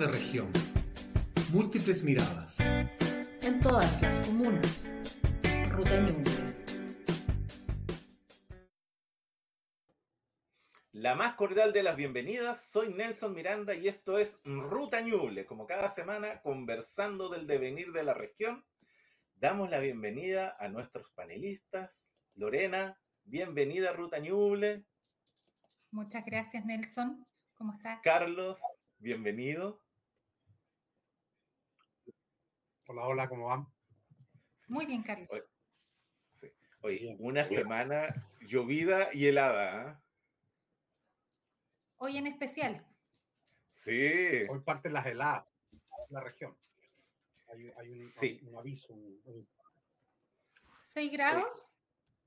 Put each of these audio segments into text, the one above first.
de región. Múltiples miradas. En todas las comunas. Ruta Ñuble. La más cordial de las bienvenidas, soy Nelson Miranda y esto es Ruta Ñuble. Como cada semana, conversando del devenir de la región, damos la bienvenida a nuestros panelistas. Lorena, bienvenida a Ruta Ñuble. Muchas gracias, Nelson. ¿Cómo estás? Carlos, bienvenido. Hola, ¿cómo van? Muy bien, Carlos. Oye, una semana llovida y helada, ¿eh? Hoy en especial. Sí. Hoy parten las heladas en la región. Hay un aviso. 6 grados.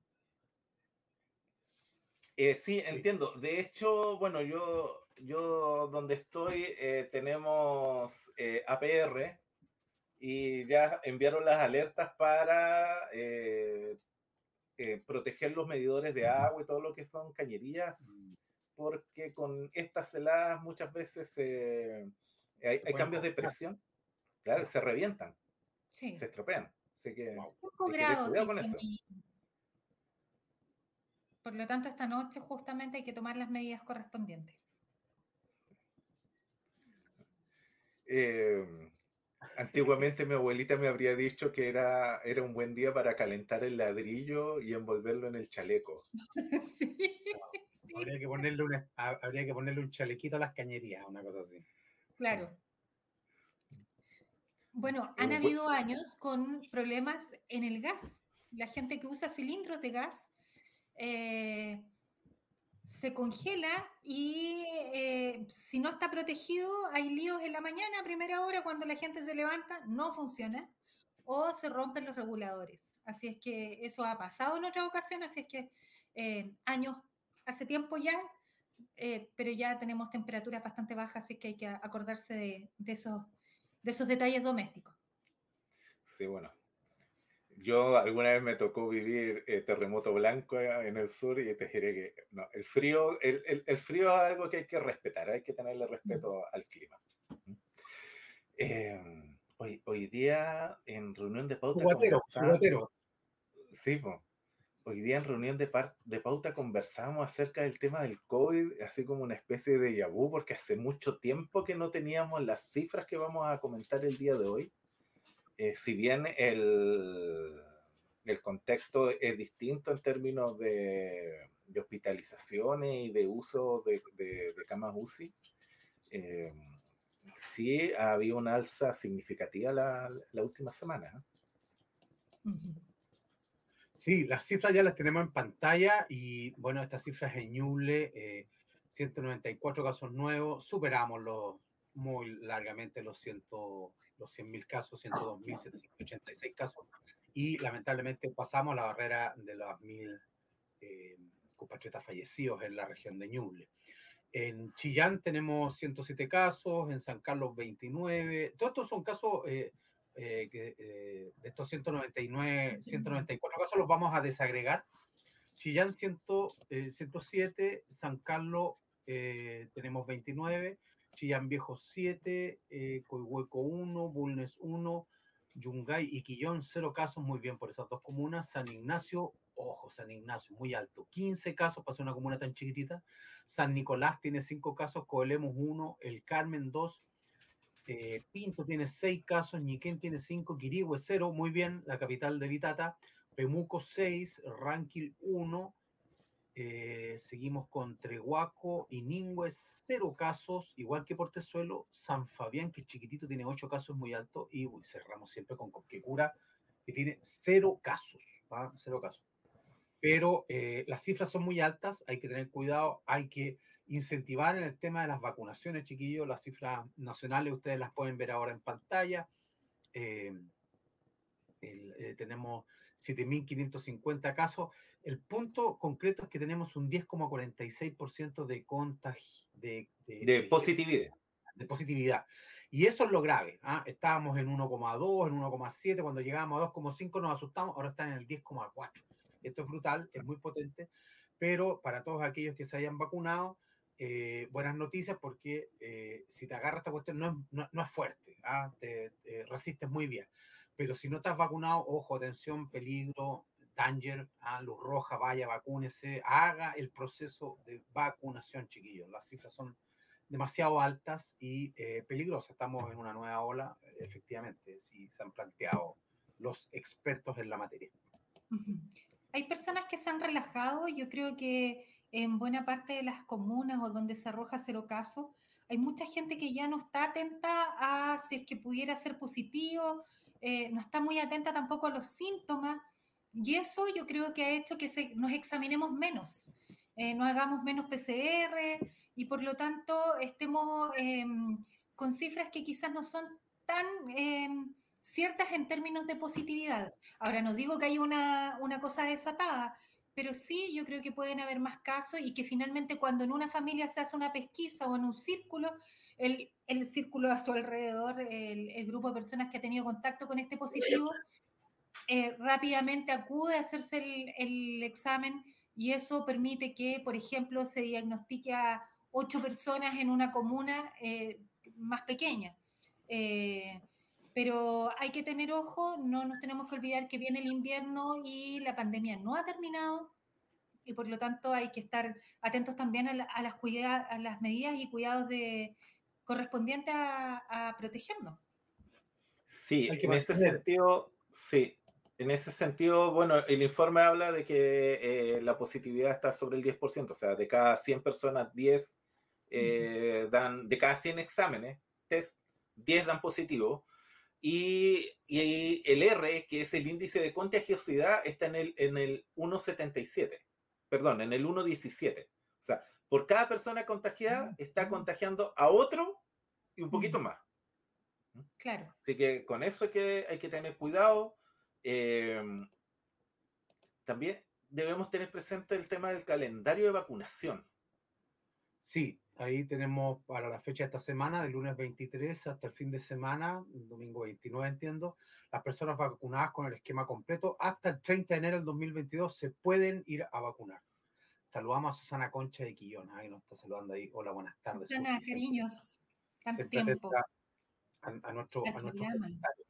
Sí, entiendo. De hecho, bueno, yo donde estoy tenemos APR y ya enviaron las alertas para proteger los medidores de agua y todo lo que son cañerías, porque con estas heladas muchas veces hay cambios de presión, claro, se revientan, Sí. se estropean. Así que 5 grados, cuidado con eso. Por lo tanto, esta noche justamente hay que tomar las medidas correspondientes. Antiguamente mi abuelita me habría dicho que era un buen día para calentar el ladrillo y envolverlo en el chaleco. Sí. Habría que ponerle un chalequito a las cañerías, una cosa así. Claro. Bueno, han habido años con problemas en el gas. La gente que usa cilindros de gas se congela y si no está protegido, hay líos en la mañana, a primera hora, cuando la gente se levanta, no funciona, o se rompen los reguladores. Así es que eso ha pasado en otras ocasiones, así es que hace tiempo ya, pero ya tenemos temperaturas bastante bajas, así que hay que acordarse de esos detalles domésticos. Sí, bueno. Yo alguna vez me tocó vivir terremoto blanco en el sur y te diré que no, el frío es algo que hay que respetar, hay que tenerle respeto al clima. Hoy día en reunión de pauta Jugatero. Sí, pues. Hoy día en reunión de pauta conversamos acerca del tema del COVID, así como una especie de déjà vu, porque hace mucho tiempo que no teníamos las cifras que vamos a comentar el día de hoy. Si bien el contexto es distinto en términos de hospitalizaciones y de uso de camas UCI, sí ha habido una alza significativa la última semana. Sí, las cifras ya las tenemos en pantalla y bueno, estas cifras en Ñuble, 194 casos nuevos, superamos muy largamente los 100.000 casos, 102.786 casos y lamentablemente pasamos la barrera de las 1.000 compatriotas fallecidos en la región de Ñuble. En Chillán tenemos 107 casos, en San Carlos 29, todos estos son casos de estos 194 casos los vamos a desagregar. Chillán 107, San Carlos tenemos 29, Chillán Viejo 7, Coihueco 1, Bulnes 1, Yungay y Quillón 0 casos, muy bien por esas dos comunas. San Ignacio, San Ignacio, muy alto, 15 casos para ser una comuna tan chiquitita. San Nicolás tiene 5 casos, Coelemos 1, El Carmen 2, Pinto tiene 6 casos, Ñiquén tiene 5, Quirihue 0, muy bien, la capital de Vitata, Pemuco 6, Ranquil 1, seguimos con Trehuaco y Ningüe 0 casos, igual que Portezuelo. San Fabián, que es chiquitito, tiene 8 casos, muy alto, y cerramos siempre con Copquecura, que tiene 0 casos, ¿va? 0 casos. Pero las cifras son muy altas, hay que tener cuidado, hay que incentivar en el tema de las vacunaciones, chiquillos. Las cifras nacionales ustedes las pueden ver ahora en pantalla. Tenemos 7.550 casos. El punto concreto es que tenemos un 10,46% de contagio, de positividad. De positividad. Y eso es lo grave. Estábamos en 1,2, en 1,7, cuando llegábamos a 2,5 nos asustamos, ahora están en el 10,4. Esto es brutal, es muy potente, pero para todos aquellos que se hayan vacunado, buenas noticias porque si te agarra esta cuestión no es fuerte, te resistes muy bien. Pero si no estás vacunado, ojo, atención, peligro, danger, luz roja, vaya, vacúnese, haga el proceso de vacunación, chiquillos. Las cifras son demasiado altas y peligrosas. Estamos en una nueva ola, efectivamente, si se han planteado los expertos en la materia. Hay personas que se han relajado, yo creo que en buena parte de las comunas o donde se arroja cero caso, hay mucha gente que ya no está atenta a si es que pudiera ser positivo, no está muy atenta tampoco a los síntomas, y eso yo creo que ha hecho que nos examinemos menos, nos hagamos menos PCR y por lo tanto estemos con cifras que quizás no son tan ciertas en términos de positividad. Ahora, no digo que haya una cosa desatada, pero sí yo creo que pueden haber más casos y que finalmente cuando en una familia se hace una pesquisa o en un círculo, el círculo a su alrededor, el grupo de personas que ha tenido contacto con este positivo, rápidamente acude a hacerse el examen y eso permite que, por ejemplo, se diagnostique a 8 personas en una comuna más pequeña. Pero hay que tener ojo, no nos tenemos que olvidar que viene el invierno y la pandemia no ha terminado y por lo tanto hay que estar atentos también a las medidas y cuidados correspondientes a protegernos. Sí, en ese sentido, sí. En ese sentido, bueno, el informe habla de que la positividad está sobre el 10%, o sea, de cada 100 personas, 10 dan, de cada 100 exámenes, test, 10 dan positivo. Y el R, que es el índice de contagiosidad, está en el 1,77. Perdón, en el 1,17. O sea, por cada persona contagiada está contagiando a otro y un poquito más. Claro. Así que con eso hay que tener cuidado. También debemos tener presente el tema del calendario de vacunación. Sí, ahí tenemos para la fecha de esta semana, del lunes 23 hasta el fin de semana, domingo 29 entiendo, las personas vacunadas con el esquema completo hasta el 30 de enero del 2022 se pueden ir a vacunar. Saludamos a Susana Concha de Quillón, ahí nos está saludando ahí. Hola, buenas tardes. Susana, cariños, tanto tiempo. A nuestro comentario.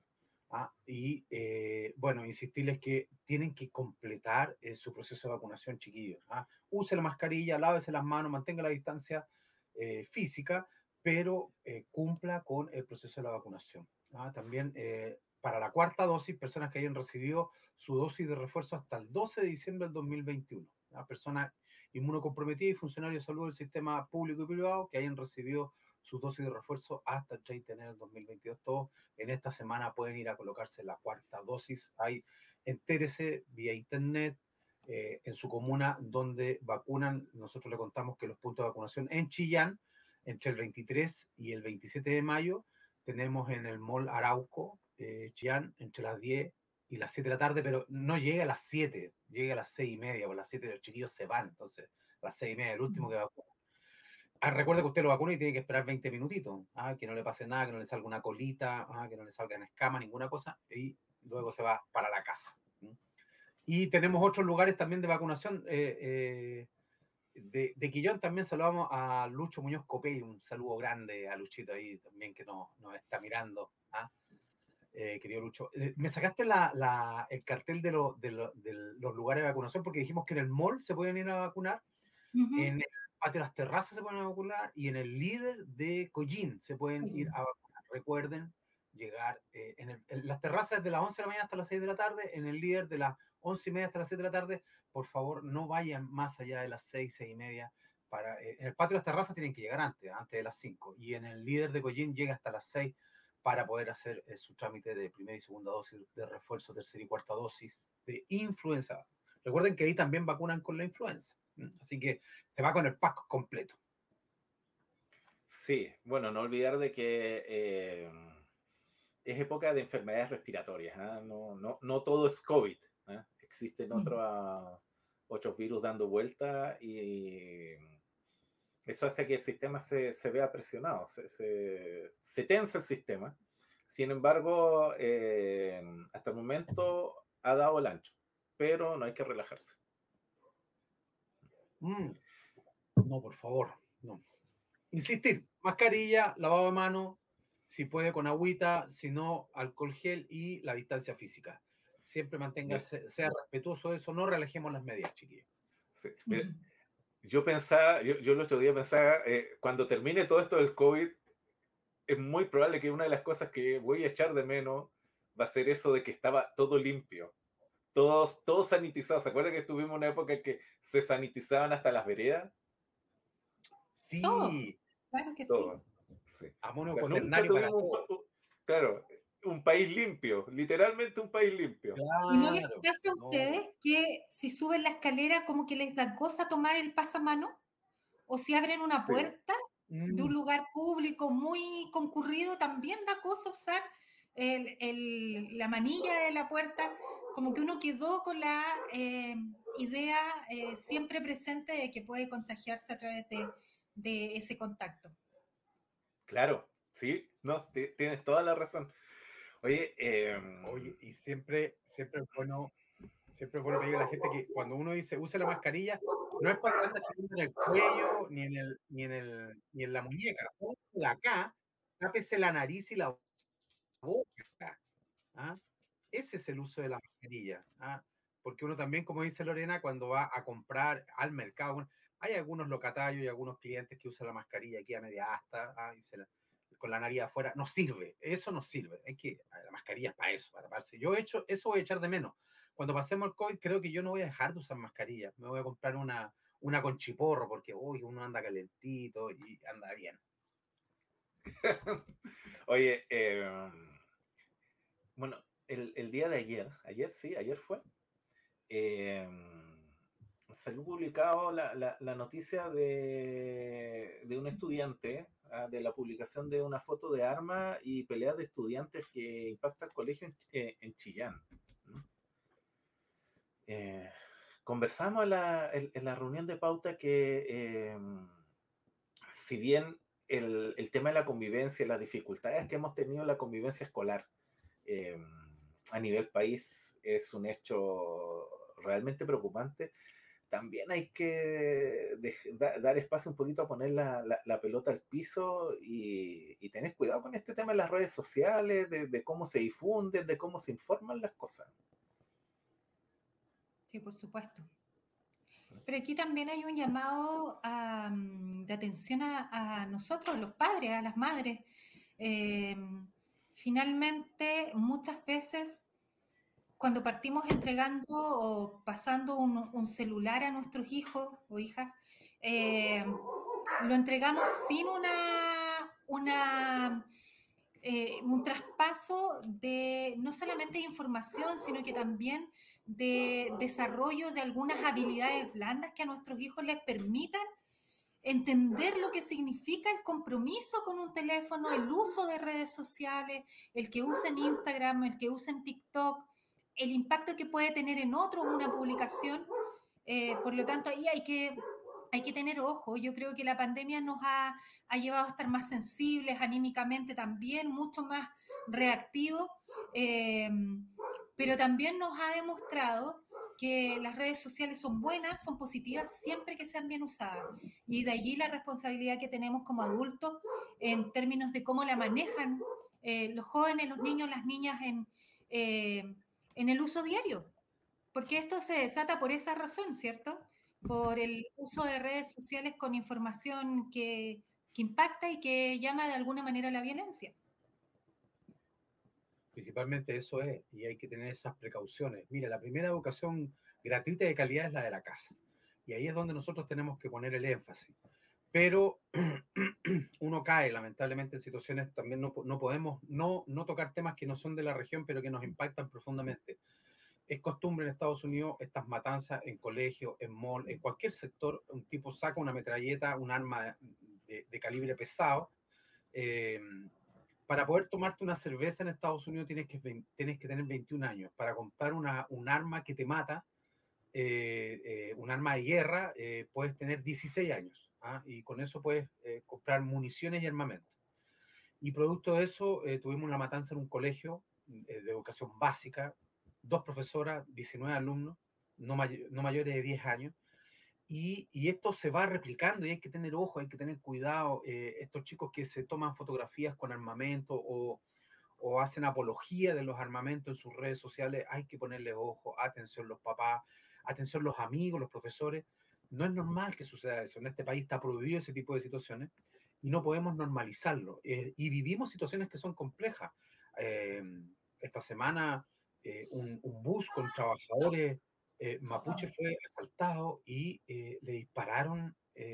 Bueno, insistirles que tienen que completar su proceso de vacunación, chiquillos. Use la mascarilla, lávese las manos, mantenga la distancia física, pero cumpla con el proceso de la vacunación. También para la cuarta dosis, personas que hayan recibido su dosis de refuerzo hasta el 12 de diciembre del 2021. Personas inmunocomprometidas y funcionarios de salud del sistema público y privado que hayan recibido sus dosis de refuerzo hasta el 30 de enero del 2022. Todos en esta semana pueden ir a colocarse la cuarta dosis. Ahí entérese vía internet en su comuna donde vacunan. Nosotros le contamos que los puntos de vacunación en Chillán, entre el 23 y el 27 de mayo, tenemos en el Mall Arauco, Chillán, entre las 10 y las 7 de la tarde, pero no llega a las 7, llega a las 6:30, por las 7 los chiquillos se van, entonces a las 6:30 el último que vacuna. Recuerde que usted lo vacuna y tiene que esperar 20 minutitos, que no le pase nada, que no le salga una colita, que no le salgan escamas, ninguna cosa, y luego se va para la casa. Y tenemos otros lugares también de vacunación. De Quillón también saludamos a Lucho Muñoz Copel, un saludo grande a Luchito ahí también que nos está mirando. Querido Lucho, me sacaste el cartel de los lugares de vacunación porque dijimos que en el mall se pueden ir a vacunar, en el patio de las terrazas se pueden vacunar y en el líder de Collín se pueden ir a vacunar. Recuerden llegar en las terrazas de las 11 de la mañana hasta las 6 de la tarde, en el líder de las 11:30 hasta las 7 de la tarde. Por favor, no vayan más allá de las 6, 6:30. En el patio de las terrazas tienen que llegar antes de las 5 y en el líder de Collín llega hasta las 6 para poder hacer su trámite de primera y segunda dosis de refuerzo, tercera y cuarta dosis de influenza. Recuerden que ahí también vacunan con la influenza. Así que se va con el pack completo. Sí, bueno, no olvidar de que es época de enfermedades respiratorias. No todo es COVID. Existen otros virus dando vuelta y eso hace que el sistema se vea presionado, se tensa el sistema. Sin embargo, hasta el momento ha dado el ancho, pero no hay que relajarse. No, por favor. No. Insistir, mascarilla, lavado de mano, si puede con agüita, si no, alcohol gel y la distancia física. Siempre manténgase, sea respetuoso de eso, no relajemos las medidas, chiquillos. Sí. Mira, yo pensaba, yo el otro día pensaba, cuando termine todo esto del COVID, es muy probable que una de las cosas que voy a echar de menos va a ser eso de que estaba todo limpio, todo sanitizado. ¿Se acuerdan que tuvimos una época en que se sanitizaban hasta las veredas? Sí, Todo. Claro que sí. Todo. Sí. amonio O sea, nunca cuaternario para tuvimos todo. claro, un país limpio, literalmente un país limpio. ¿Y no les Claro, pasa a no. ustedes que si suben la escalera como que les da cosa tomar el pasamano? O si abren una Sí. puerta de un Mm, lugar público muy concurrido, también da cosa usar la manilla de la puerta, como que uno quedó con la idea siempre presente de que puede contagiarse a través de ese contacto. Claro, sí, no, tienes toda la razón. Oye, Oye, y siempre es bueno pedirle a la gente que cuando uno dice use la mascarilla, no es para andar chupando en el cuello, ni en la muñeca. Póngala acá, tápese la nariz y la boca. ¿Ah? Ese es el uso de la mascarilla. ¿Ah? Porque uno también, como dice Lorena, cuando va a comprar al mercado, bueno, hay algunos locatarios y algunos clientes que usan la mascarilla aquí a media asta, con la nariz afuera. No sirve, eso no sirve. La mascarilla es para eso, para taparse. Eso voy a echar de menos. Cuando pasemos el COVID, creo que yo no voy a dejar de usar mascarilla. Me voy a comprar una con chiporro, porque hoy uno anda calentito y anda bien. oye, bueno, el día de ayer fue, salió publicado la noticia de un estudiante, de la publicación de una foto de armas y peleas de estudiantes que impacta el colegio en Chillán. ¿No? Conversamos en la reunión de pauta que si bien el tema de la convivencia, las dificultades que hemos tenido en la convivencia escolar a nivel país es un hecho realmente preocupante, también hay que dar espacio un poquito a poner la pelota al piso y tener cuidado con este tema de las redes sociales, de cómo se difunden, de cómo se informan las cosas. Sí, por supuesto. Pero aquí también hay un llamado de atención a nosotros, los padres, a las madres. Finalmente, muchas veces, cuando partimos entregando o pasando un celular a nuestros hijos o hijas, lo entregamos sin un traspaso de no solamente de información, sino que también de desarrollo de algunas habilidades blandas que a nuestros hijos les permitan entender lo que significa el compromiso con un teléfono, el uso de redes sociales, el que usen Instagram, el que usen TikTok, el impacto que puede tener en otros una publicación. Por lo tanto, ahí hay que tener ojo. Yo creo que la pandemia nos ha llevado a estar más sensibles, anímicamente también, mucho más reactivos, pero también nos ha demostrado que las redes sociales son buenas, son positivas siempre que sean bien usadas. Y de allí la responsabilidad que tenemos como adultos en términos de cómo la manejan los jóvenes, los niños, las niñas en el uso diario. Porque esto se desata por esa razón, ¿cierto? Por el uso de redes sociales con información que impacta y que llama de alguna manera a la violencia. Principalmente eso es, y hay que tener esas precauciones. Mira, la primera educación gratuita y de calidad es la de la casa. Y ahí es donde nosotros tenemos que poner el énfasis. Pero uno cae, lamentablemente, en situaciones, también no podemos no tocar temas que no son de la región, pero que nos impactan profundamente. Es costumbre en Estados Unidos estas matanzas en colegios, en mall, en cualquier sector. Un tipo saca una metralleta, un arma de calibre pesado. Para poder tomarte una cerveza en Estados Unidos tienes que tener 21 años. Para comprar un arma que te mata, un arma de guerra, puedes tener 16 años. ¿Ah? Y con eso puedes comprar municiones y armamento. Y producto de eso, tuvimos una matanza en un colegio de educación básica, 2 profesoras, 19 alumnos, no mayores de 10 años. y esto se va replicando y hay que tener ojo, hay que tener cuidado. Estos chicos que se toman fotografías con armamento o hacen apología de los armamentos en sus redes sociales, hay que ponerle ojo, atención los papás, atención los amigos, los profesores. No es normal que suceda eso. En este país está prohibido ese tipo de situaciones y no podemos normalizarlo. Y vivimos situaciones que son complejas. Esta semana un bus con trabajadores mapuche fue asaltado y le dispararon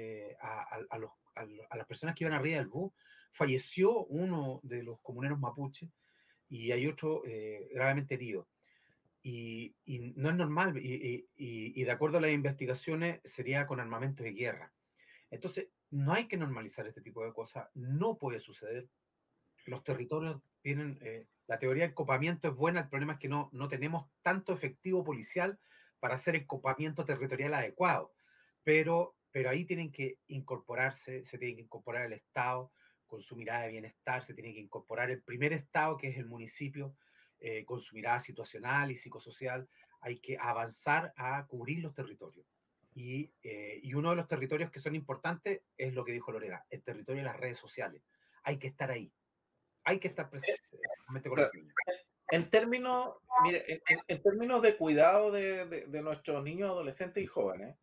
a las personas que iban arriba del bus. Falleció uno de los comuneros mapuche y hay otro gravemente herido. Y no es normal, y de acuerdo a las investigaciones sería con armamento de guerra. Entonces, no hay que normalizar este tipo de cosas, no puede suceder. Los territorios tienen, la teoría del copamiento es buena, el problema es que no tenemos tanto efectivo policial para hacer el copamiento territorial adecuado, pero ahí tienen que incorporarse, se tiene que incorporar el Estado con su mirada de bienestar, se tiene que incorporar el primer Estado, que es el municipio, con su mirada situacional y psicosocial. Hay que avanzar a cubrir los territorios. Y uno de los territorios que son importantes es lo que dijo Lorena, el territorio de las redes sociales. Hay que estar ahí. Hay que estar presente. Claro. En términos, mire, en términos de cuidado de nuestros niños, adolescentes y jóvenes,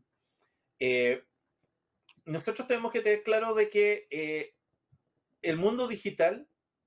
nosotros tenemos que tener claro de que el mundo digital,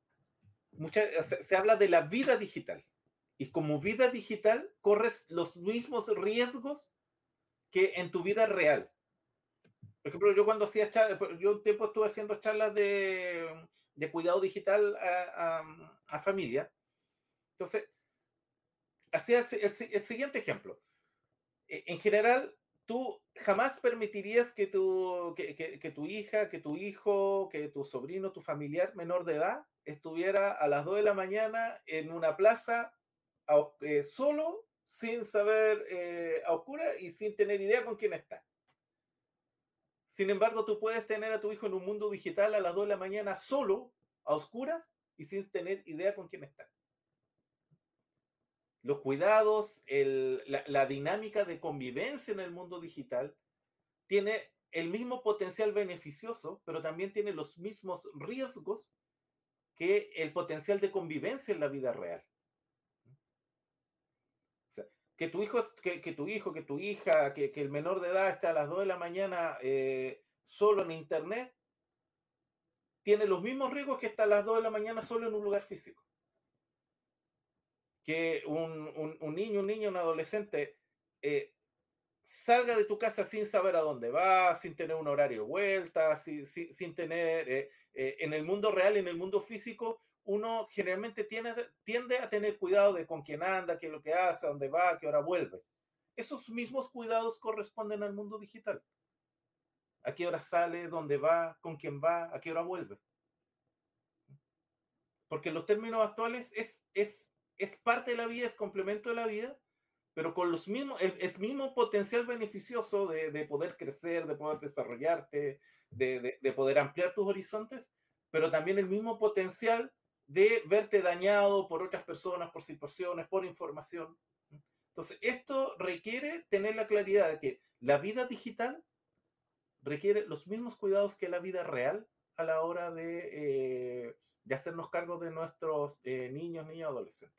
se habla de la vida digital, y como vida digital corres los mismos riesgos que en tu vida real. Por ejemplo, yo cuando hacía charlas, yo un tiempo estuve haciendo charlas de cuidado digital a familia. Entonces, hacía el siguiente ejemplo. En general, tú jamás permitirías que tu hija, que tu hijo, que tu sobrino, tu familiar menor de edad estuviera a las 2 de la mañana en una plaza solo, sin saber, a oscuras y sin tener idea con quién está. Sin embargo, tú puedes tener a tu hijo en un mundo digital a las 2 de la mañana solo, a oscuras y sin tener idea con quién está. Los cuidados, la dinámica de convivencia en el mundo digital tiene el mismo potencial beneficioso, pero también tiene los mismos riesgos que el potencial de convivencia en la vida real. O sea, que tu hija, que el menor de edad esté a las 2 de la mañana solo en internet, tiene los mismos riesgos que está a las 2 de la mañana solo en un lugar físico. Que un niño, un adolescente salga de tu casa sin saber a dónde va, sin tener un horario de vuelta, sin tener... en el mundo real, en el mundo físico, uno generalmente tiende a tener cuidado de con quién anda, qué es lo que hace, a dónde va, a qué hora vuelve. Esos mismos cuidados corresponden al mundo digital. A qué hora sale, dónde va, con quién va, a qué hora vuelve. Porque en los términos actuales es parte de la vida, es complemento de la vida, pero con los mismos, el mismo potencial beneficioso de poder crecer, de poder desarrollarte, de poder ampliar tus horizontes, pero también el mismo potencial de verte dañado por otras personas, por situaciones, por información. Entonces, esto requiere tener la claridad de que la vida digital requiere los mismos cuidados que la vida real a la hora de hacernos cargo de nuestros niños, adolescentes.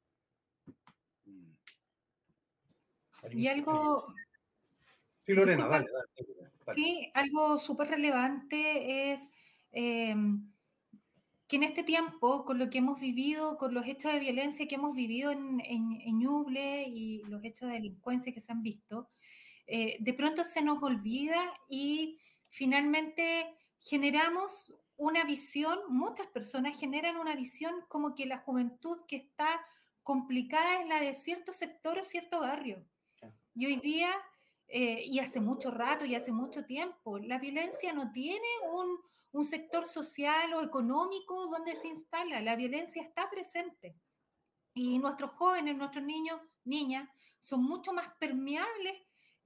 Y algo... Sí, Lorena, disculpa, dale. Sí, algo súper relevante es que en este tiempo, con lo que hemos vivido, con los hechos de violencia que hemos vivido en Ñuble y los hechos de delincuencia que se han visto, de pronto se nos olvida y finalmente generamos una visión, muchas personas generan una visión como que la juventud que está complicada es la de cierto sector o cierto barrio. Y hoy día, y hace mucho rato y hace mucho tiempo, la violencia no tiene un sector social o económico donde se instala, la violencia está presente. Y nuestros jóvenes, nuestros niños, niñas, son mucho más permeables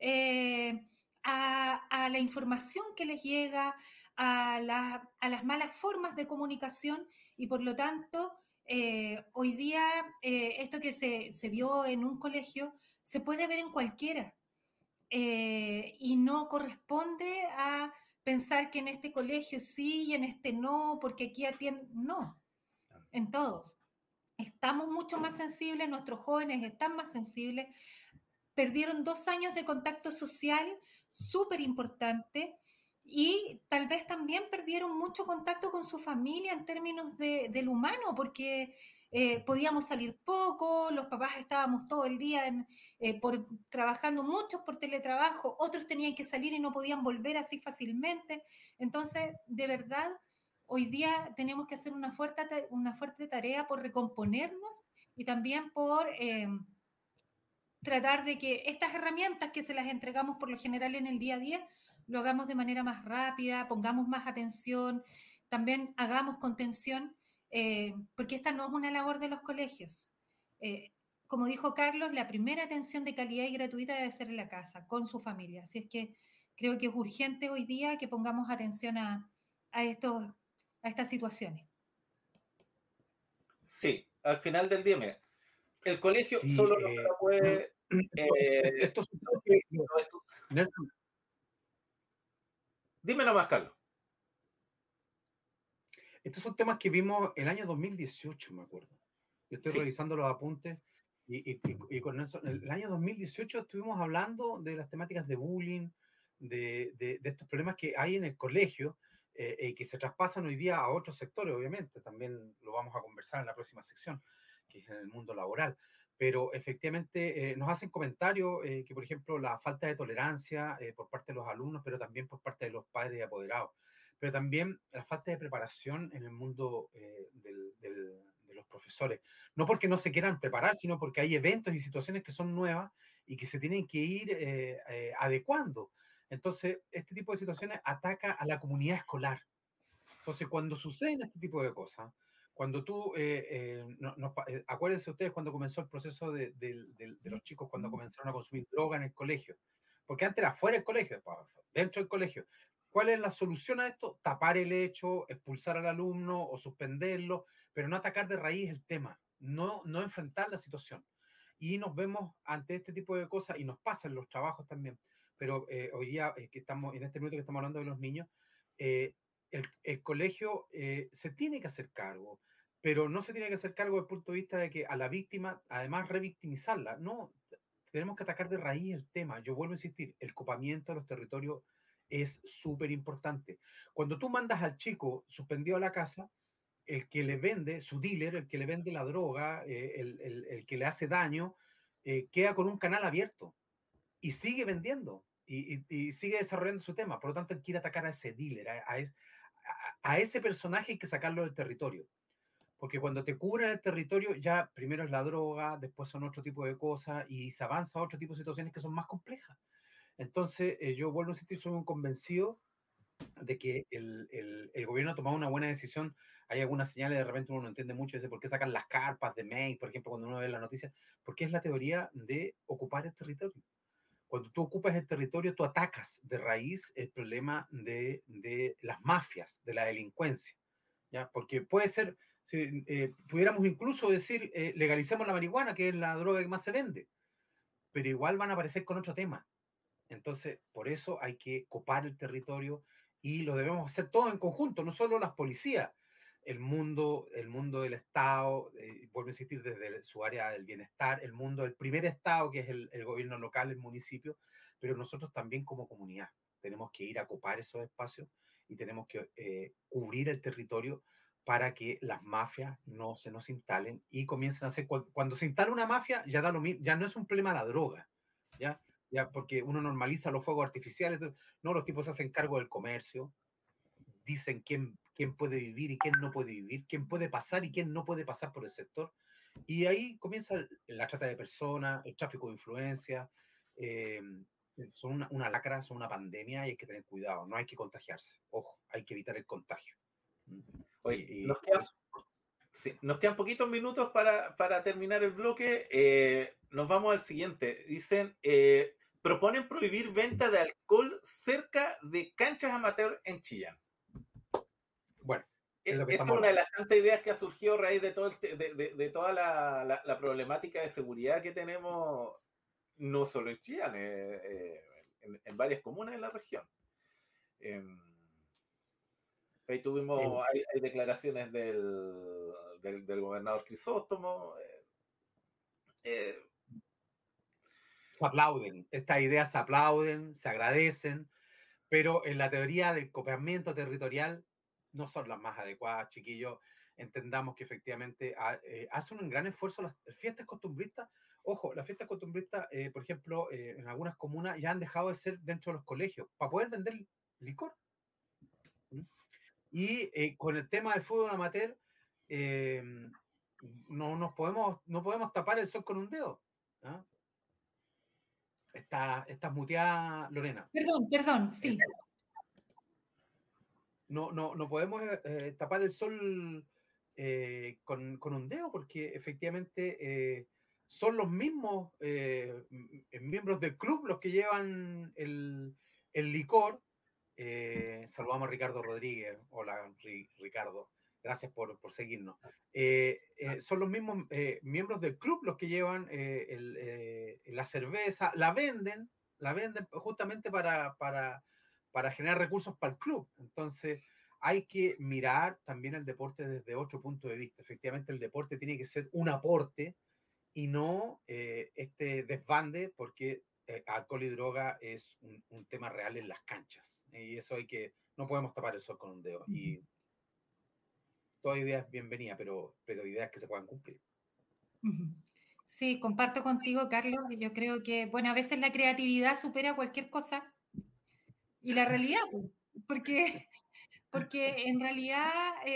a la información que les llega, a las malas formas de comunicación y por lo tanto, hoy día esto que se vio en un colegio se puede ver en cualquiera. y no corresponde a pensar que en este colegio sí y en este no, porque aquí atienden, no, en todos. Estamos mucho más sensibles, nuestros jóvenes están más sensibles, perdieron 2 años de contacto social súper importante y tal vez también perdieron mucho contacto con su familia en términos del humano, porque podíamos salir poco, los papás estábamos todo el día trabajando, muchos por teletrabajo, otros tenían que salir y no podían volver así fácilmente. Entonces, de verdad, hoy día tenemos que hacer una fuerte tarea por recomponernos y también por tratar de que estas herramientas que se las entregamos por lo general en el día a día, lo hagamos de manera más rápida, pongamos más atención, también hagamos contención, porque esta no es una labor de los colegios. Como dijo Carlos, la primera atención de calidad y gratuita debe ser en la casa, con su familia. Así es que creo que es urgente hoy día que pongamos atención a estas situaciones. Sí, al final del día, mira, el colegio Sí, solo no puede... esto que, Nelson, Dime nomás, Carlos. estos son temas que vimos el año 2018, me acuerdo. Yo estoy revisando los apuntes y con eso, el año 2018 estuvimos hablando de las temáticas de bullying, de estos problemas que hay en el colegio y que se traspasan hoy día a otros sectores, obviamente. También lo vamos a conversar en la próxima sección, que es en el mundo laboral. Pero efectivamente nos hacen comentarios que, por ejemplo, la falta de tolerancia por parte de los alumnos, pero también por parte de los padres y apoderados, pero también la falta de preparación en el mundo de los profesores. No porque no se quieran preparar, sino porque hay eventos y situaciones que son nuevas y que se tienen que ir adecuando. Entonces, este tipo de situaciones ataca a la comunidad escolar. Entonces, cuando suceden este tipo de cosas, cuando tú, acuérdense ustedes cuando comenzó el proceso de los chicos, cuando comenzaron a consumir droga en el colegio, porque antes era fuera del colegio, dentro del colegio. ¿Cuál es la solución a esto? Tapar el hecho, expulsar al alumno o suspenderlo, pero no atacar de raíz el tema, no enfrentar la situación. Y nos vemos ante este tipo de cosas y nos pasa en los trabajos también. Pero hoy día, que estamos en este minuto que estamos hablando de los niños, el colegio se tiene que hacer cargo, pero no se tiene que hacer cargo desde el punto de vista de que a la víctima, además, revictimizarla. No, tenemos que atacar de raíz el tema. Yo vuelvo a insistir, el copamiento de los territorios es súper importante. Cuando tú mandas al chico suspendido a la casa, el que le vende, su dealer, el que le vende la droga, el que le hace daño, queda con un canal abierto y sigue vendiendo y sigue desarrollando su tema. Por lo tanto, él quiere atacar a ese dealer, a ese personaje hay que sacarlo del territorio. Porque cuando te cubren el territorio, ya primero es la droga, después son otro tipo de cosas y se avanza a otro tipo de situaciones que son más complejas. Entonces, yo vuelvo a insistir, soy un convencido de que el gobierno ha tomado una buena decisión. Hay algunas señales, de repente uno no entiende mucho, dice, ¿por qué sacan las carpas de May, por ejemplo, cuando uno ve la noticia? Porque es la teoría de ocupar el territorio. Cuando tú ocupas el territorio, tú atacas de raíz el problema de las mafias, de la delincuencia, ¿ya? Porque puede ser, si pudiéramos incluso decir, legalicemos la marihuana, que es la droga que más se vende, pero igual van a aparecer con otro tema. Entonces, por eso hay que copar el territorio y lo debemos hacer todo en conjunto, no solo las policías, el mundo del Estado, vuelvo a insistir, desde su área del bienestar, el mundo del primer Estado, que es el gobierno local, el municipio, pero nosotros también como comunidad tenemos que ir a copar esos espacios y tenemos que cubrir el territorio para que las mafias no se nos instalen y comiencen a hacer, cuando se instala una mafia, ya da lo mismo, ya no es un problema la droga, ¿ya? Ya, porque uno normaliza los fuegos artificiales, no, los tipos se hacen cargo del comercio, dicen quién puede vivir y quién no puede vivir, quién puede pasar y quién no puede pasar por el sector, y ahí comienza la trata de personas, el tráfico de influencia, son una lacra, son una pandemia y hay que tener cuidado, no hay que contagiarse, ojo, hay que evitar el contagio. Oye, nos quedan poquitos minutos para terminar el bloque. Nos vamos al siguiente. Dicen, proponen prohibir venta de alcohol cerca de canchas amateur en Chillán. Bueno, esa es una de las tantas ideas que ha surgido a raíz de toda la problemática de seguridad que tenemos, no solo en Chillán, en en varias comunas de la región. Ahí tuvimos, hay declaraciones del gobernador Crisóstomo. Se aplauden, estas ideas se aplauden, se agradecen, pero en la teoría del cooperamiento territorial no son las más adecuadas, chiquillos. Entendamos que efectivamente hacen un gran esfuerzo las fiestas costumbristas. Ojo, las fiestas costumbristas, por ejemplo, en algunas comunas ya han dejado de ser dentro de los colegios para poder vender licor. Y con el tema del fútbol amateur, no podemos tapar el sol con un dedo. ¿Ah? Estás muteada, Lorena. Perdón, sí. No podemos tapar el sol con un dedo, porque efectivamente son los mismos miembros del club los que llevan el licor. Saludamos a Ricardo Rodríguez. Hola, Ricardo. Gracias por seguirnos. Son los mismos miembros del club los que llevan la cerveza, la venden justamente para generar recursos para el club. Entonces, hay que mirar también el deporte desde otro punto de vista. Efectivamente, el deporte tiene que ser un aporte y no este desbande, porque alcohol y droga es un tema real en las canchas. Y eso no podemos tapar el sol con un dedo. Y toda idea es bienvenida, pero ideas que se puedan cumplir. Sí, comparto contigo, Carlos. Yo creo que, bueno, a veces la creatividad supera cualquier cosa y la realidad, porque en realidad,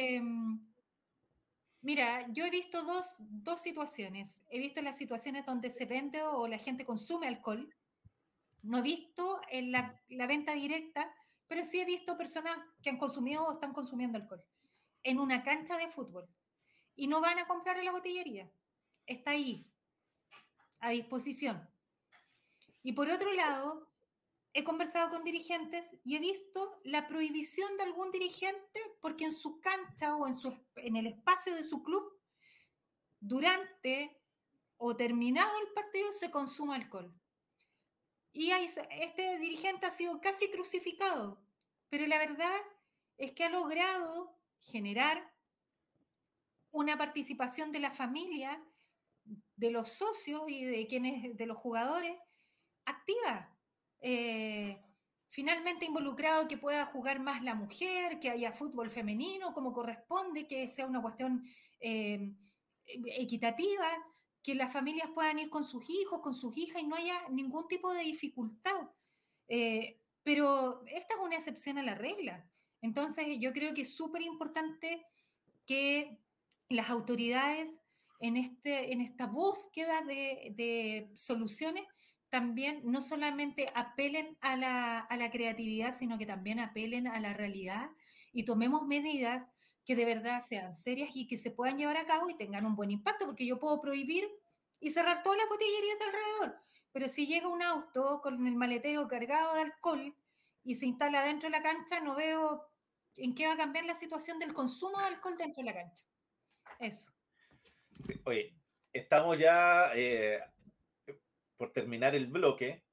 mira, yo he visto dos situaciones. He visto las situaciones donde se vende o la gente consume alcohol. No he visto en la venta directa, pero sí he visto personas que han consumido o están consumiendo alcohol en una cancha de fútbol y no van a comprar en la botillería. Está ahí, a disposición. Y por otro lado, he conversado con dirigentes y he visto la prohibición de algún dirigente porque en su cancha o en el espacio de su club, durante o terminado el partido, se consume alcohol. Y este dirigente ha sido casi crucificado, pero la verdad es que ha logrado generar una participación de la familia, de los socios y de los jugadores activa. Finalmente involucrado que pueda jugar más la mujer, que haya fútbol femenino como corresponde, que sea una cuestión equitativa, que las familias puedan ir con sus hijos, con sus hijas y no haya ningún tipo de dificultad. Pero esta es una excepción a la regla. Entonces yo creo que es súper importante que las autoridades en esta búsqueda de soluciones también no solamente apelen a la creatividad, sino que también apelen a la realidad y tomemos medidas que de verdad sean serias y que se puedan llevar a cabo y tengan un buen impacto, porque yo puedo prohibir y cerrar todas las botillerías de alrededor, pero si llega un auto con el maletero cargado de alcohol y se instala dentro de la cancha, no veo en qué va a cambiar la situación del consumo de alcohol dentro de la cancha. Eso. Sí, oye, estamos ya por terminar el bloque.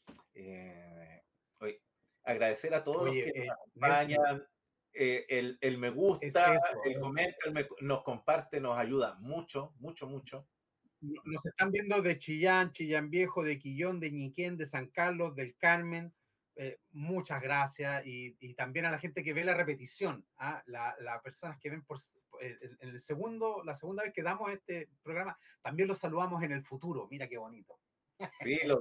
Oye, agradecer a todos los que nos acompañan. El me gusta, el comenta, nos comparte, nos ayuda mucho, mucho, mucho. Nos están viendo de Chillán Viejo, de Quillón, de Ñiquén, de San Carlos, del Carmen. Muchas gracias. Y también a la gente que ve la repetición, las personas que ven la segunda vez que damos este programa, también los saludamos en el futuro. Mira qué bonito. Sí, los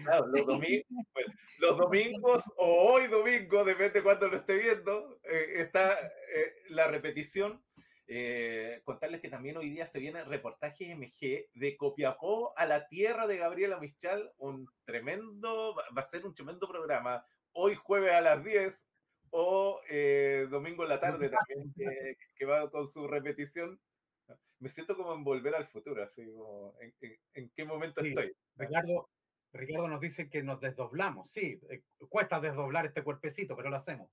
domingos o hoy domingo, depende de cuándo lo esté viendo, está la repetición. Contarles que también hoy día se viene el reportaje MG de Copiapó a la tierra de Gabriela Mistral, va a ser un tremendo programa, hoy jueves a las 10 o domingo en la tarde también, que va con su repetición. Me siento como en Volver al Futuro, así como en qué momento estoy. Ricardo nos dice que nos desdoblamos. Sí, cuesta desdoblar este cuerpecito, pero lo hacemos.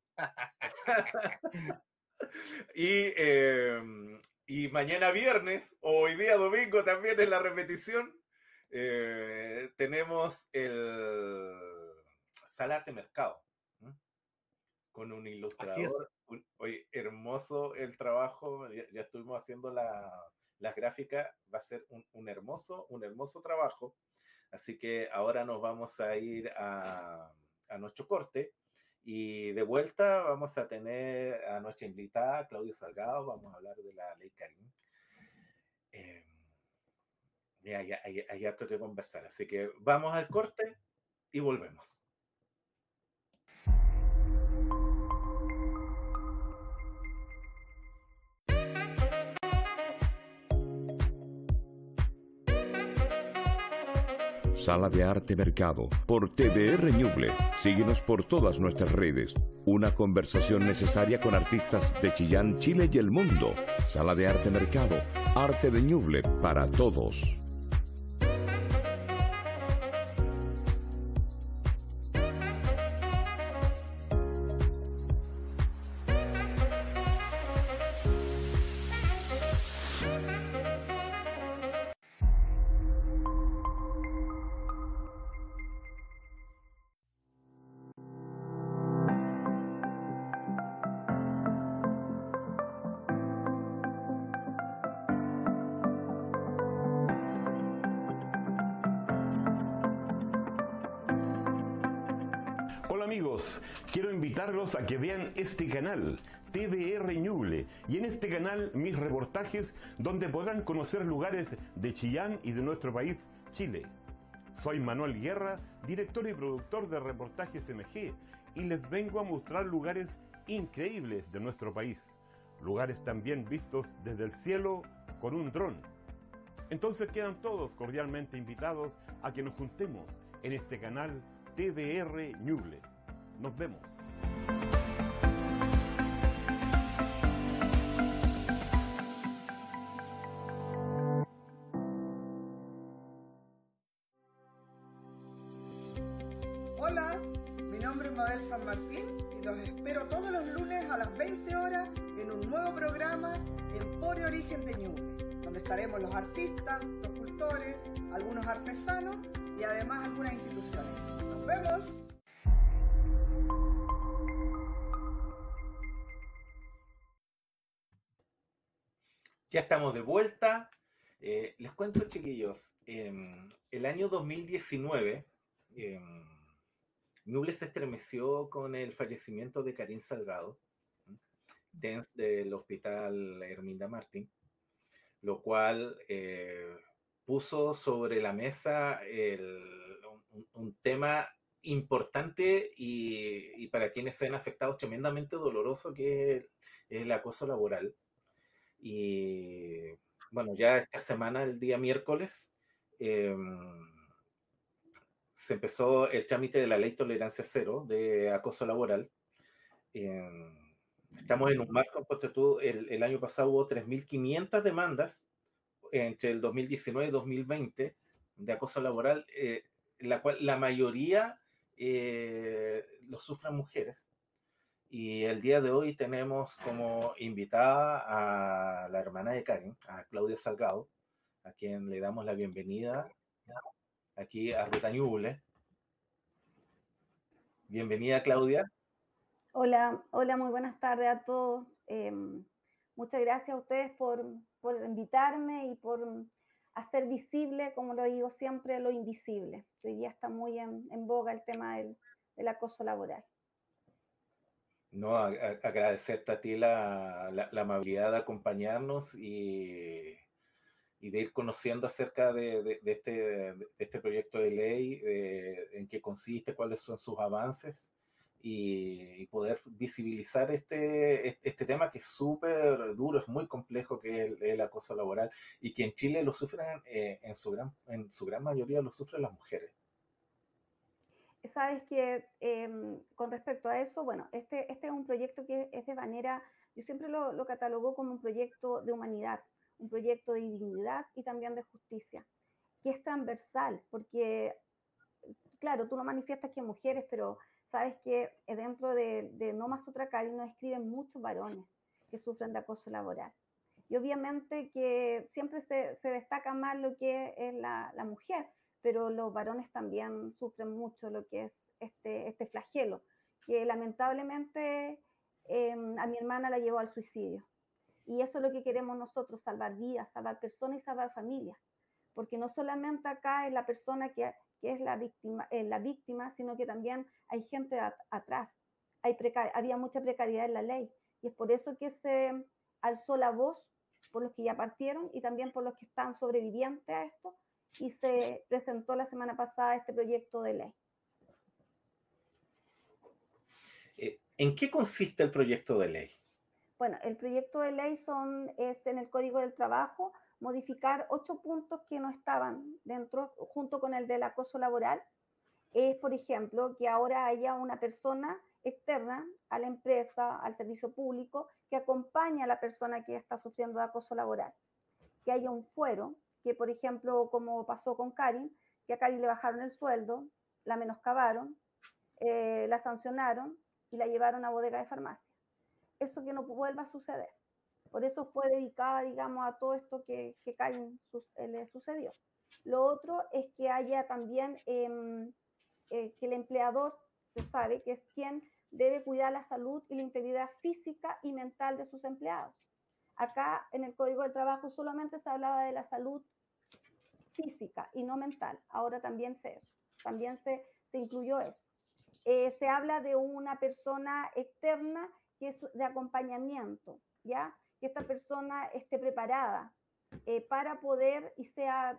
Y mañana viernes, o hoy día domingo también en la repetición, tenemos Sala Arte Mercado, ¿m? Con un ilustrador. Oye, hermoso el trabajo, ya estuvimos haciendo las gráficas, va a ser un hermoso trabajo. Así que ahora nos vamos a ir a nuestro corte y de vuelta vamos a tener a nuestra invitada, Claudia Salgado, vamos a hablar de la ley Karim. Hay harto que conversar, así que vamos al corte y volvemos. Sala de Arte Mercado, por TVR Ñuble. Síguenos por todas nuestras redes. Una conversación necesaria con artistas de Chillán, Chile y el mundo. Sala de Arte Mercado, arte de Ñuble para todos. Quiero invitarlos a que vean este canal, TVR Ñuble, y en este canal mis reportajes donde podrán conocer lugares de Chillán y de nuestro país, Chile. Soy Manuel Guerra, director y productor de Reportajes MG, y les vengo a mostrar lugares increíbles de nuestro país, lugares también vistos desde el cielo con un dron. Entonces quedan todos cordialmente invitados a que nos juntemos en este canal TVR Ñuble. Nos vemos. Hola, mi nombre es Mabel San Martín y los espero todos los lunes a las 20 horas en un nuevo programa Emporio Origen de Ñuble, donde estaremos los artistas, los cultores, algunos artesanos y además algunas instituciones. ¡Nos vemos! Ya estamos de vuelta. Les cuento, chiquillos, el año 2019, Ñuble se estremeció con el fallecimiento de Karim Salgado, del Hospital Herminda Martín, lo cual puso sobre la mesa un tema importante y para quienes se han afectado tremendamente doloroso, que es el acoso laboral. Y bueno, ya esta semana, el día miércoles, se empezó el trámite de la ley Tolerancia Cero de acoso laboral. Estamos en un marco, porque el año pasado hubo 3.500 demandas entre el 2019 y 2020 de acoso laboral, la cual la mayoría lo sufren mujeres. Y el día de hoy tenemos como invitada a la hermana de Karim, a Claudia Salgado, a quien le damos la bienvenida aquí a Ruta Ñuble. Bienvenida, Claudia. Hola, muy buenas tardes a todos. Muchas gracias a ustedes por invitarme y por hacer visible, como lo digo siempre, lo invisible. Hoy día está muy en boga el tema del acoso laboral. No, agradecerte a ti la amabilidad de acompañarnos y de ir conociendo acerca de este proyecto de ley, en qué consiste, cuáles son sus avances y poder visibilizar este tema que es súper duro, es muy complejo, que es el acoso laboral, y que en Chile lo sufren, en su gran mayoría lo sufren las mujeres. Sabes que con respecto a eso, bueno, este es un proyecto que es de manera, yo siempre lo catalogo como un proyecto de humanidad, un proyecto de dignidad y también de justicia, que es transversal, porque, claro, tú no manifiestas que mujeres, pero sabes que dentro de No Más Otra Karim nos escriben muchos varones que sufren de acoso laboral. Y obviamente que siempre se destaca más lo que es la mujer, pero los varones también sufren mucho lo que es este flagelo, que lamentablemente a mi hermana la llevó al suicidio. Y eso es lo que queremos nosotros, salvar vidas, salvar personas y salvar familias. Porque no solamente acá es la persona que es la víctima, sino que también hay gente atrás. Había mucha precariedad en la ley. Y es por eso que se alzó la voz por los que ya partieron y también por los que están sobrevivientes a esto. Y se presentó la semana pasada este proyecto de ley. ¿En qué consiste el proyecto de ley? Bueno, el proyecto de ley es en el Código del Trabajo modificar 8 puntos que no estaban dentro, junto con el del acoso laboral. Es, por ejemplo, que ahora haya una persona externa a la empresa, al servicio público, que acompañe a la persona que está sufriendo de acoso laboral. Que haya un fuero, que por ejemplo, como pasó con Karin, que a Karin le bajaron el sueldo, la menoscabaron, la sancionaron y la llevaron a bodega de farmacia. Eso que no vuelva a suceder. Por eso fue dedicada, digamos, a todo esto que Karin le sucedió. Lo otro es que haya también que el empleador se sabe que es quien debe cuidar la salud y la integridad física y mental de sus empleados. Acá en el Código del Trabajo solamente se hablaba de la salud física y no mental. Ahora también se incluyó eso. Se habla de una persona externa que es de acompañamiento, ¿ya? Que esta persona esté preparada para poder y sea,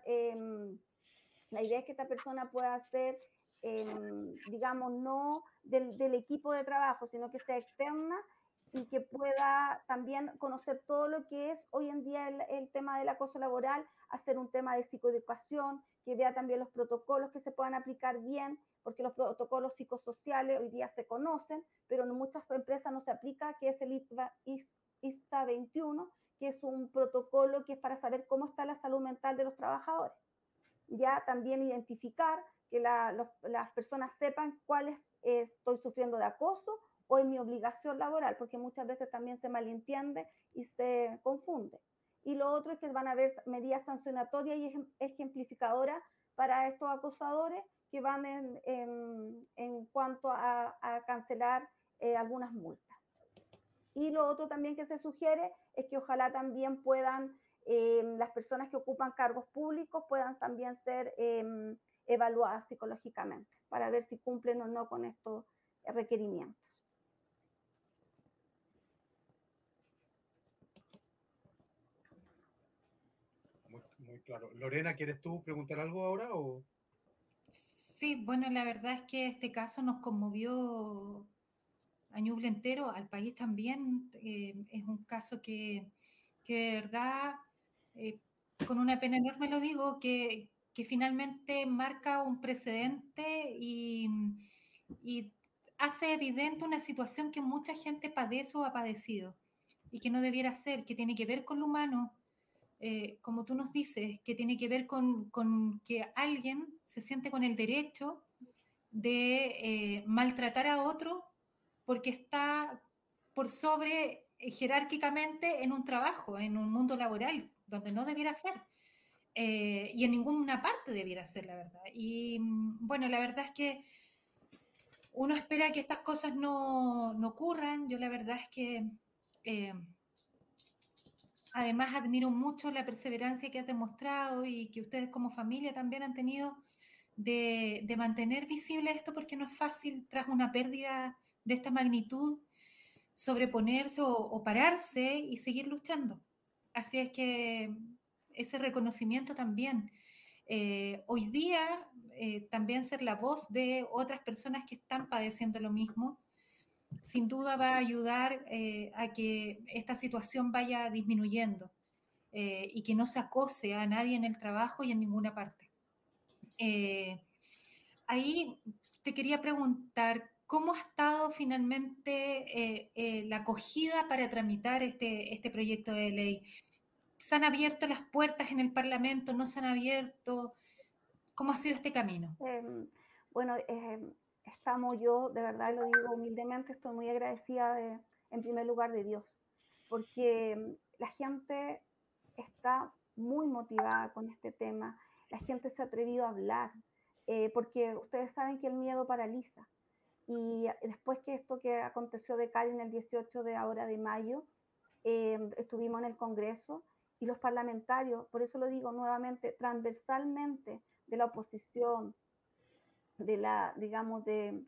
la idea es que esta persona pueda ser, digamos, no del equipo de trabajo, sino que sea externa y que pueda también conocer todo lo que es hoy en día el tema del acoso laboral, hacer un tema de psicoeducación, que vea también los protocolos que se puedan aplicar bien, porque los protocolos psicosociales hoy día se conocen, pero en muchas empresas no se aplica, que es el ISTA 21, que es un protocolo que es para saber cómo está la salud mental de los trabajadores. Ya también identificar que las personas sepan cuál estoy sufriendo de acoso o es mi obligación laboral, porque muchas veces también se malentiende y se confunde. Y lo otro es que van a haber medidas sancionatorias y ejemplificadoras para estos acosadores que van en cuanto a cancelar algunas multas. Y lo otro también que se sugiere es que ojalá también puedan las personas que ocupan cargos públicos puedan también ser evaluadas psicológicamente para ver si cumplen o no con estos requerimientos. Muy claro. Lorena, ¿quieres tú preguntar algo ahora o...? Sí, bueno, la verdad es que este caso nos conmovió a Ñuble entero, al país también. Es un caso que de verdad, con una pena enorme lo digo, que finalmente marca un precedente y hace evidente una situación que mucha gente padece o ha padecido y que no debiera ser, que tiene que ver con lo humano. Como tú nos dices, que tiene que ver con que alguien se siente con el derecho de maltratar a otro porque está por sobre jerárquicamente en un trabajo, en un mundo laboral, donde no debiera ser. Y en ninguna parte debiera ser, la verdad. Y bueno, la verdad es que uno espera que estas cosas no ocurran. Yo la verdad es que... además, admiro mucho la perseverancia que has demostrado y que ustedes como familia también han tenido de mantener visible esto, porque no es fácil tras una pérdida de esta magnitud sobreponerse o pararse y seguir luchando. Así es que ese reconocimiento también. Hoy día también ser la voz de otras personas que están padeciendo lo mismo, sin duda va a ayudar a que esta situación vaya disminuyendo y que no se acose a nadie en el trabajo y en ninguna parte. Ahí te quería preguntar, ¿cómo ha estado finalmente la acogida para tramitar este proyecto de ley? ¿Se han abierto las puertas en el Parlamento? ¿No se han abierto? ¿Cómo ha sido este camino? Bueno, estamos, yo de verdad lo digo humildemente, estoy muy agradecida en primer lugar de Dios, porque la gente está muy motivada con este tema, la gente se ha atrevido a hablar, porque ustedes saben que el miedo paraliza, Y después que esto que aconteció de Karin el 18 de mayo, estuvimos en el Congreso y los parlamentarios, por eso lo digo nuevamente, transversalmente de la oposición, de la, digamos, de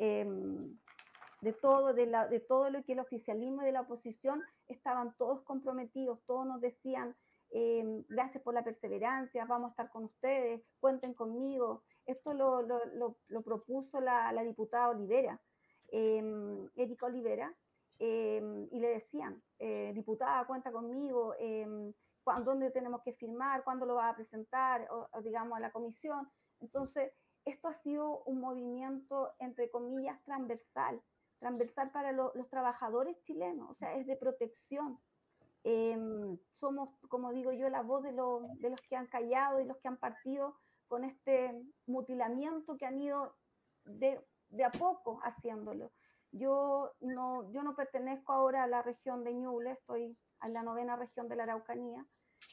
todo lo que el oficialismo y de la oposición estaban todos comprometidos, todos nos decían, gracias por la perseverancia, vamos a estar con ustedes, cuenten conmigo. Esto lo propuso la diputada Olivera, Erika Olivera, y le decían, diputada, cuenta conmigo, ¿dónde tenemos que firmar? ¿Cuándo lo va a presentar? O digamos, a la comisión. Entonces, esto ha sido un movimiento, entre comillas, transversal para los trabajadores chilenos, o sea, es de protección. Somos, como digo yo, la voz de los que han callado y los que han partido con este mutilamiento que han ido de a poco haciéndolo. Yo no pertenezco ahora a la región de Ñuble, estoy en la 9ª región de la Araucanía.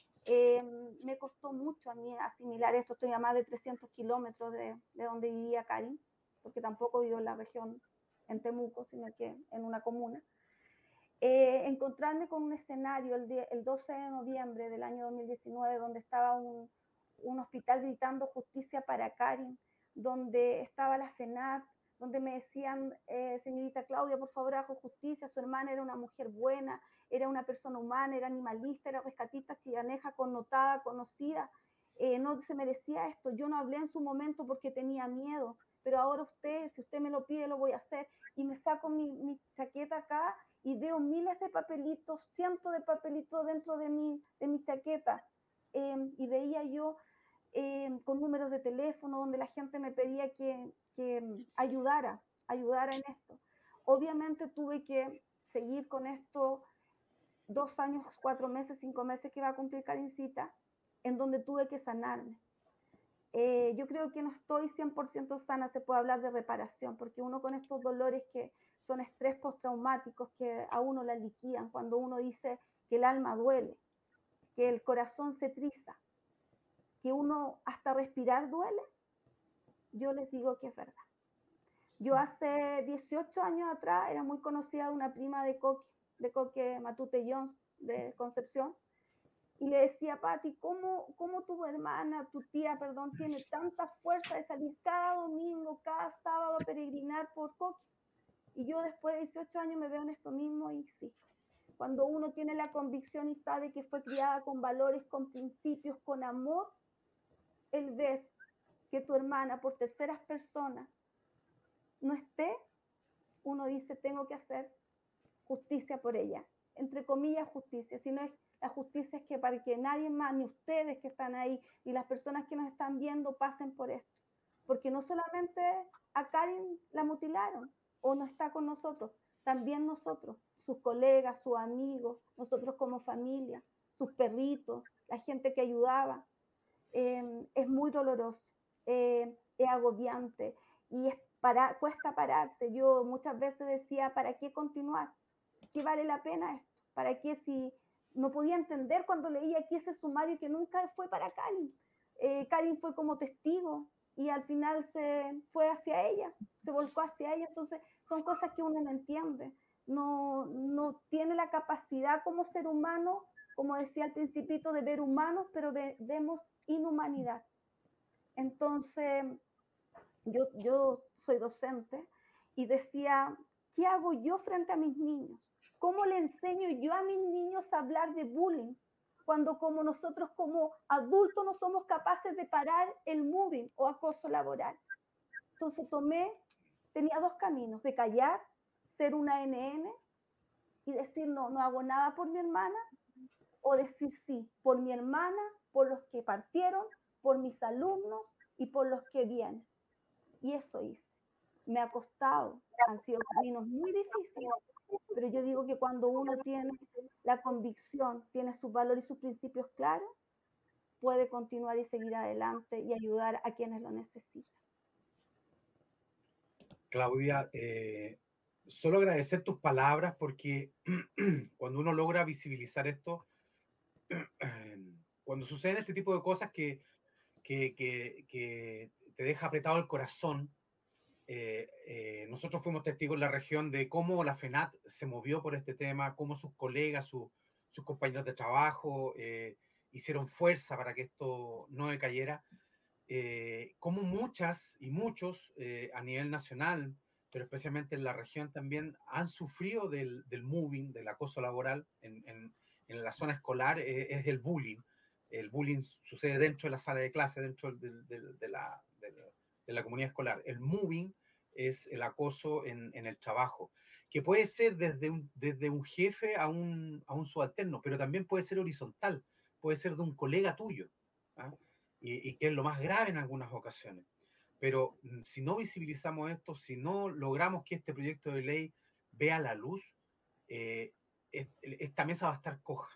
Me costó mucho a mí asimilar esto, estoy a más de 300 kilómetros de donde vivía Karin, porque tampoco vivo en la región en Temuco, sino que en una comuna. Encontrarme con un escenario el 12 de noviembre del año 2019, donde estaba un hospital gritando justicia para Karin, donde estaba la FENAT, donde me decían, señorita Claudia, por favor, haga justicia, su hermana era una mujer buena, era una persona humana, era animalista, era rescatista chillaneja, connotada, conocida, no se merecía esto. Yo no hablé en su momento porque tenía miedo, pero ahora usted, si usted me lo pide, lo voy a hacer. Y me saco mi chaqueta acá y veo miles de papelitos, cientos de papelitos dentro de mi chaqueta. Y veía yo con números de teléfono donde la gente me pedía que ayudara en esto. Obviamente tuve que seguir con esto 2 años, 4 meses, 5 meses que va a cumplir Karincita, en donde tuve que sanarme. Yo creo que no estoy 100% sana, se puede hablar de reparación, porque uno con estos dolores que son estrés postraumáticos que a uno la liquidan, cuando uno dice que el alma duele, que el corazón se triza, que uno hasta respirar duele, yo les digo que es verdad. Yo hace 18 años atrás era muy conocida una prima de Coque Matute Jones de Concepción, y le decía, Pati, ¿cómo tu hermana, tu tía, perdón, tiene tanta fuerza de salir cada domingo, cada sábado a peregrinar por Coque? Y yo después de 18 años me veo en esto mismo y sí. Cuando uno tiene la convicción y sabe que fue criada con valores, con principios, con amor, el ver que tu hermana por terceras personas no esté, uno dice, tengo que hacer justicia por ella. Entre comillas, justicia. Si no es la justicia, es que para que nadie más, ni ustedes que están ahí, ni las personas que nos están viendo, pasen por esto. Porque no solamente a Karin la mutilaron o no está con nosotros, también nosotros, sus colegas, sus amigos, nosotros como familia, sus perritos, la gente que ayudaba. Es muy doloroso, es agobiante y cuesta pararse. Yo muchas veces decía, ¿para qué continuar? ¿Qué vale la pena esto? ¿Para qué si no podía entender cuando leía aquí ese sumario que nunca fue para Karin? Karin fue como testigo y al final se fue hacia ella, se volcó hacia ella. Entonces son cosas que uno no entiende, no tiene la capacidad como ser humano, como decía al principito, de ver humanos, pero vemos inhumanidad. Entonces yo soy docente y decía, ¿qué hago yo frente a mis niños? ¿Cómo le enseño yo a mis niños a hablar de bullying cuando como nosotros como adultos no somos capaces de parar el mobbing o acoso laboral? Entonces tenía 2 caminos, de callar, ser una NN y decir no hago nada por mi hermana, o decir sí, por mi hermana, por los que partieron, por mis alumnos y por los que vienen. Y eso hice. Me ha costado, han sido caminos muy difíciles, pero yo digo que cuando uno tiene la convicción, tiene sus valores y sus principios claros, puede continuar y seguir adelante y ayudar a quienes lo necesitan. Claudia, solo agradecer tus palabras porque cuando uno logra visibilizar esto, cuando suceden este tipo de cosas que te deja apretado el corazón, nosotros fuimos testigos en la región de cómo la FENAT se movió por este tema, cómo sus colegas, sus compañeros de trabajo hicieron fuerza para que esto no decayera, cómo muchas y muchos a nivel nacional, pero especialmente en la región también, han sufrido del moving, del acoso laboral en la zona escolar, es el bullying. El bullying sucede dentro de la sala de clase, dentro de la comunidad escolar. El moving es el acoso en el trabajo, que puede ser desde un jefe a un subalterno, pero también puede ser horizontal, puede ser de un colega tuyo, ¿ah? Y que es lo más grave en algunas ocasiones. Pero si no visibilizamos esto, si no logramos que este proyecto de ley vea la luz, esta mesa va a estar coja.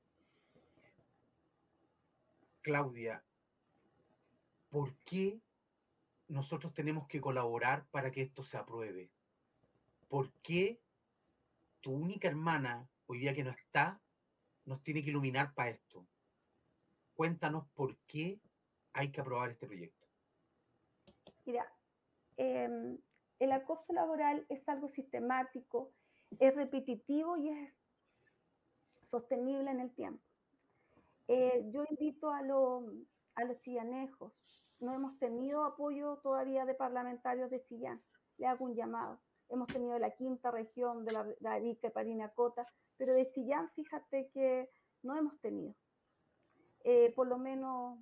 Claudia, ¿por qué nosotros tenemos que colaborar para que esto se apruebe? ¿Por qué tu única hermana, hoy día que no está, nos tiene que iluminar para esto? Cuéntanos por qué hay que aprobar este proyecto. Mira, el acoso laboral es algo sistemático, es repetitivo y es sostenible en el tiempo. Yo invito a los chillanejos. No hemos tenido apoyo todavía de parlamentarios de Chillán. Le hago un llamado. Hemos tenido la quinta región de la Arica y Parinacota, pero de Chillán, fíjate que no hemos tenido. Por lo menos,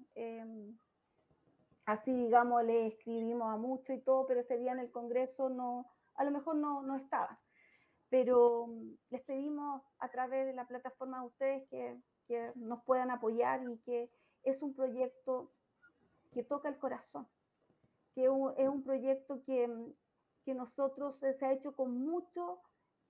así digamos, le escribimos a mucho y todo, pero ese día en el Congreso a lo mejor no estaban. Pero les pedimos a través de la plataforma de ustedes que nos puedan apoyar y que es un proyecto que toca el corazón, que es un proyecto que nosotros se ha hecho con mucho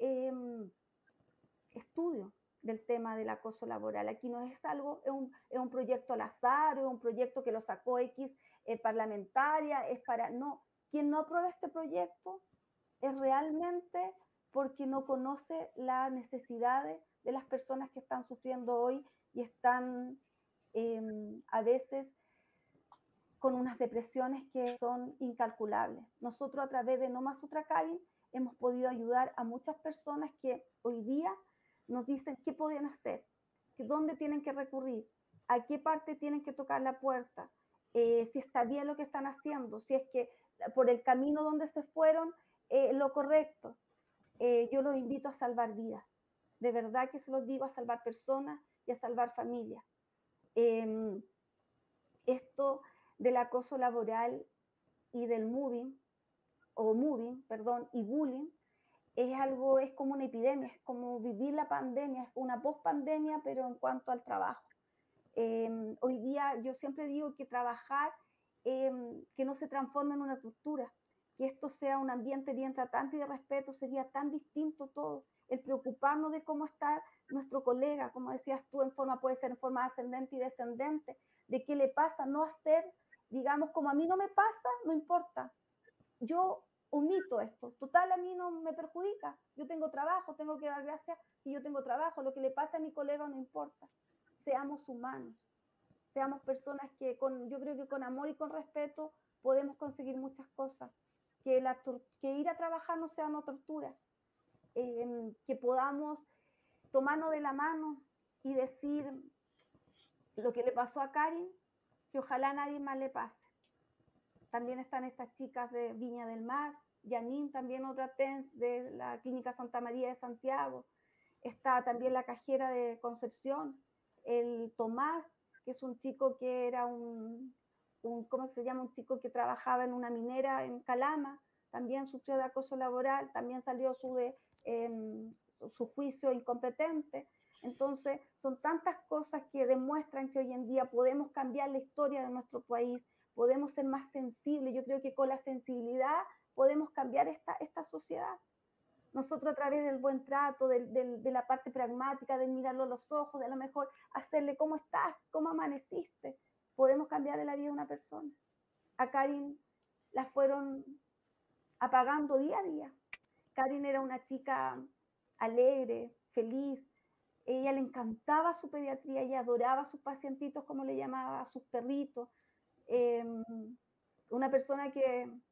estudio del tema del acoso laboral. Aquí no es algo, es un proyecto al azar, es un proyecto que lo sacó X parlamentaria, no. Quien no aprueba este proyecto es realmente porque no conoce las necesidades de las personas que están sufriendo hoy y están a veces con unas depresiones que son incalculables. Nosotros a través de No Más Otra Karin hemos podido ayudar a muchas personas que hoy día nos dicen qué pueden hacer, dónde tienen que recurrir, a qué parte tienen que tocar la puerta, si está bien lo que están haciendo, si es que por el camino donde se fueron, lo correcto. Yo los invito a salvar vidas. De verdad que se los digo, a salvar personas y a salvar familias. Esto del acoso laboral y del moving, y bullying, es como una epidemia, es como vivir la pandemia, es una post-pandemia, pero en cuanto al trabajo. Hoy día yo siempre digo que trabajar, que no se transforme en una tortura, que esto sea un ambiente bien tratante y de respeto, sería tan distinto todo. El preocuparnos de cómo está nuestro colega, como decías tú, puede ser en forma ascendente y descendente, de qué le pasa, no hacer, digamos, como a mí no me pasa, no importa. Yo omito esto, total a mí no me perjudica, yo tengo trabajo, tengo que dar gracias y yo tengo trabajo, lo que le pasa a mi colega no importa. Seamos humanos, seamos personas que yo creo que con amor y con respeto podemos conseguir muchas cosas, que ir a trabajar no sea una tortura, que podamos tomarnos de la mano y decir lo que le pasó a Karin, que ojalá a nadie más le pase. También están estas chicas de Viña del Mar, Janine, también otra TENS de la Clínica Santa María de Santiago. Está también la cajera de Concepción, el Tomás, que es un chico que era ¿cómo se llama? Un chico que trabajaba en una minera en Calama, también sufrió de acoso laboral, también salió su juicio incompetente. Entonces, son tantas cosas que demuestran que hoy en día podemos cambiar la historia de nuestro país, podemos ser más sensibles. Yo creo que con la sensibilidad podemos cambiar esta sociedad. Nosotros a través del buen trato, de la parte pragmática, de mirarlo a los ojos, de a lo mejor hacerle ¿cómo estás? ¿Cómo amaneciste? Podemos cambiarle la vida a una persona. A Karin la fueron apagando día a día. Karin era una chica alegre, feliz. Ella le encantaba su pediatría, ella adoraba a sus pacientitos, como le llamaba, a sus perritos. Una persona que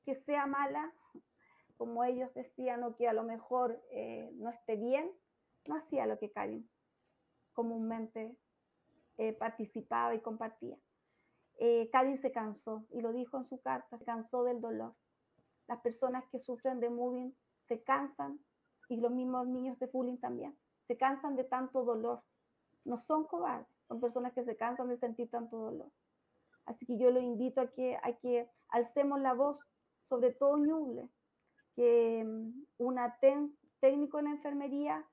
que sea mala, como ellos decían, o que a lo mejor no esté bien, no hacía lo que Karin comúnmente participaba y compartía. Karin se cansó, y lo dijo en su carta, se cansó del dolor. Las personas que sufren de moving se cansan, y los mismos niños de bullying también, se cansan de tanto dolor. No son cobardes, son personas que se cansan de sentir tanto dolor. Así que yo lo invito a que alcemos la voz, sobre todo Ñuble, que una técnico en enfermería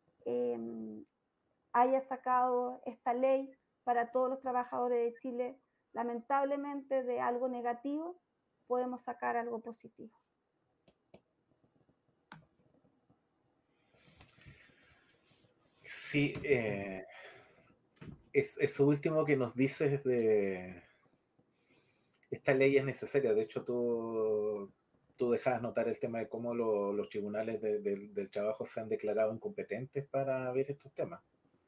haya sacado esta ley para todos los trabajadores de Chile. Lamentablemente, de algo negativo podemos sacar algo positivo. Sí, eso último que nos dices de esta ley es necesaria. De hecho, tú dejas notar el tema de cómo los tribunales del trabajo se han declarado incompetentes para ver estos temas.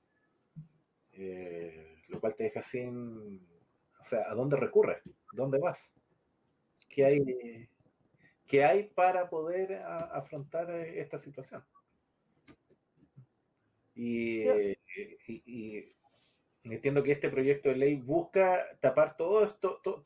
Lo cual te deja sin... O sea, ¿a dónde recurres? ¿Dónde vas? ¿Qué hay para poder afrontar esta situación? Y entiendo que este proyecto de ley busca tapar todos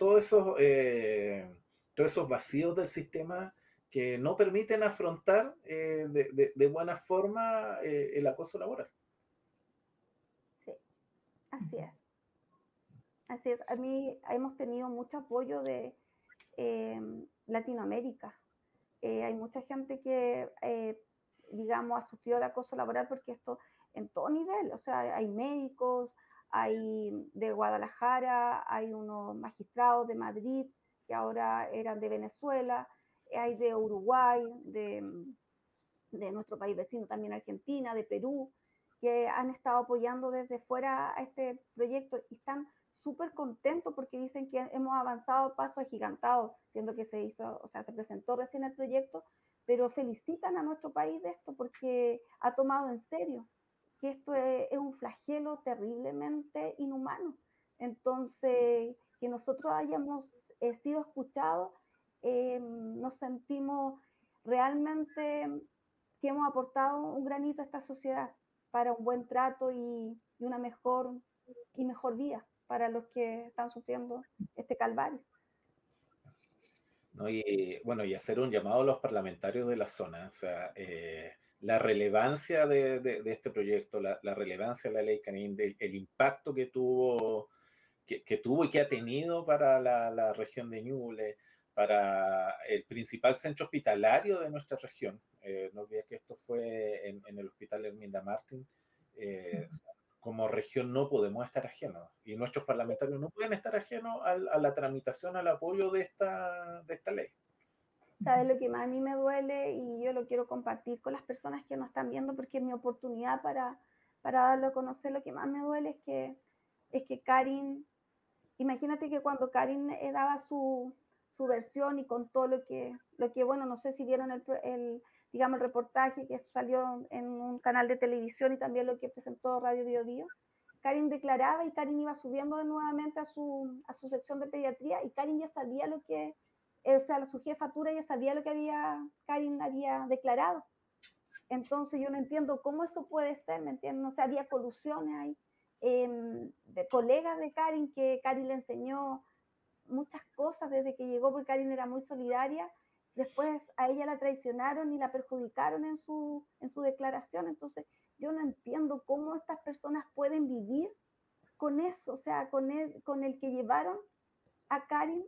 esos vacíos del sistema que no permiten afrontar de buena forma el acoso laboral. Sí, así es. Así es. A mí hemos tenido mucho apoyo de Latinoamérica. Hay mucha gente que, digamos, ha sufrido de acoso laboral, porque esto en todo nivel, o sea, hay médicos, hay de Guadalajara, hay unos magistrados de Madrid que ahora eran de Venezuela, hay de Uruguay, de nuestro país vecino también, Argentina, de Perú, que han estado apoyando desde fuera a este proyecto y están súper contentos porque dicen que hemos avanzado pasos agigantados, siendo que se presentó recién el proyecto, pero felicitan a nuestro país de esto porque ha tomado en serio que esto es un flagelo terriblemente inhumano. Entonces, que nosotros hayamos sido escuchados, nos sentimos realmente que hemos aportado un granito a esta sociedad para un buen trato y una mejor vida para los que están sufriendo este calvario. ¿No? Y bueno, y hacer un llamado a los parlamentarios de la zona, o sea, la relevancia de este proyecto, la relevancia de la ley Canin, el impacto que tuvo y que ha tenido para la región de Ñuble, para el principal centro hospitalario de nuestra región. No olvides que esto fue en el Hospital Herminda Martín. Como región no podemos estar ajenos, y nuestros parlamentarios no pueden estar ajenos a la tramitación, al apoyo de esta ley. ¿Sabes lo que más a mí me duele? Y yo lo quiero compartir con las personas que nos están viendo, porque es mi oportunidad para darlo a conocer. Lo que más me duele es que Karin, imagínate que cuando Karin daba su versión y contó lo que bueno, no sé si vieron el reportaje que salió en un canal de televisión y también lo que presentó Radio Bio Bio. Karin declaraba y Karin iba subiendo nuevamente a su sección de pediatría, y Karin ya sabía lo que, su jefatura ya sabía lo que Karin había declarado. Entonces yo no entiendo cómo eso puede ser, ¿me entienden? O sea, había colusiones ahí, de colegas de Karin, que Karin le enseñó muchas cosas desde que llegó, porque Karin era muy solidaria. Después a ella la traicionaron y la perjudicaron en su declaración. Entonces yo no entiendo cómo estas personas pueden vivir con eso, o sea, con el que llevaron a Karin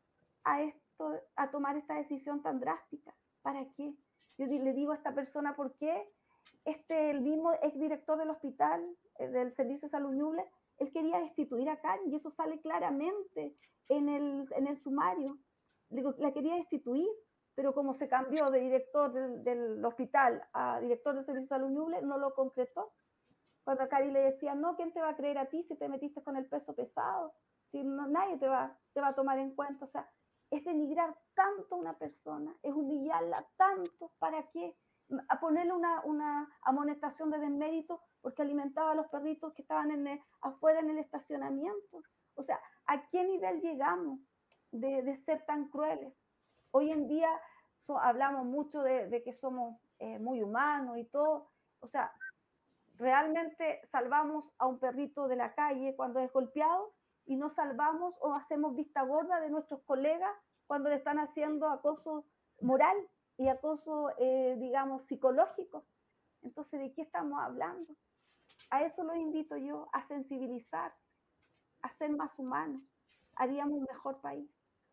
a tomar esta decisión tan drástica. ¿Para qué? Yo le digo a esta persona, ¿por qué el mismo exdirector del hospital, del Servicio de Salud Ñuble, él quería destituir a Karin, y eso sale claramente en el sumario? Digo, la quería destituir, pero como se cambió de director del hospital a director del Servicio de Salud Ñuble, no lo concretó. Cuando a Karin le decía, no, ¿quién te va a creer a ti si te metiste con el peso pesado? Si no, nadie te va a tomar en cuenta. O sea, es denigrar tanto a una persona, es humillarla tanto. ¿Para qué? A ponerle una amonestación de desmérito porque alimentaba a los perritos que estaban afuera en el estacionamiento. O sea, ¿a qué nivel llegamos de ser tan crueles? Hoy en día hablamos mucho de que somos muy humanos y todo. O sea, realmente salvamos a un perrito de la calle cuando es golpeado y no salvamos o hacemos vista gorda de nuestros colegas cuando le están haciendo acoso moral y acoso, digamos, psicológico. Entonces, ¿de qué estamos hablando? A eso los invito yo, a sensibilizarse, a ser más humanos. Haríamos un mejor país.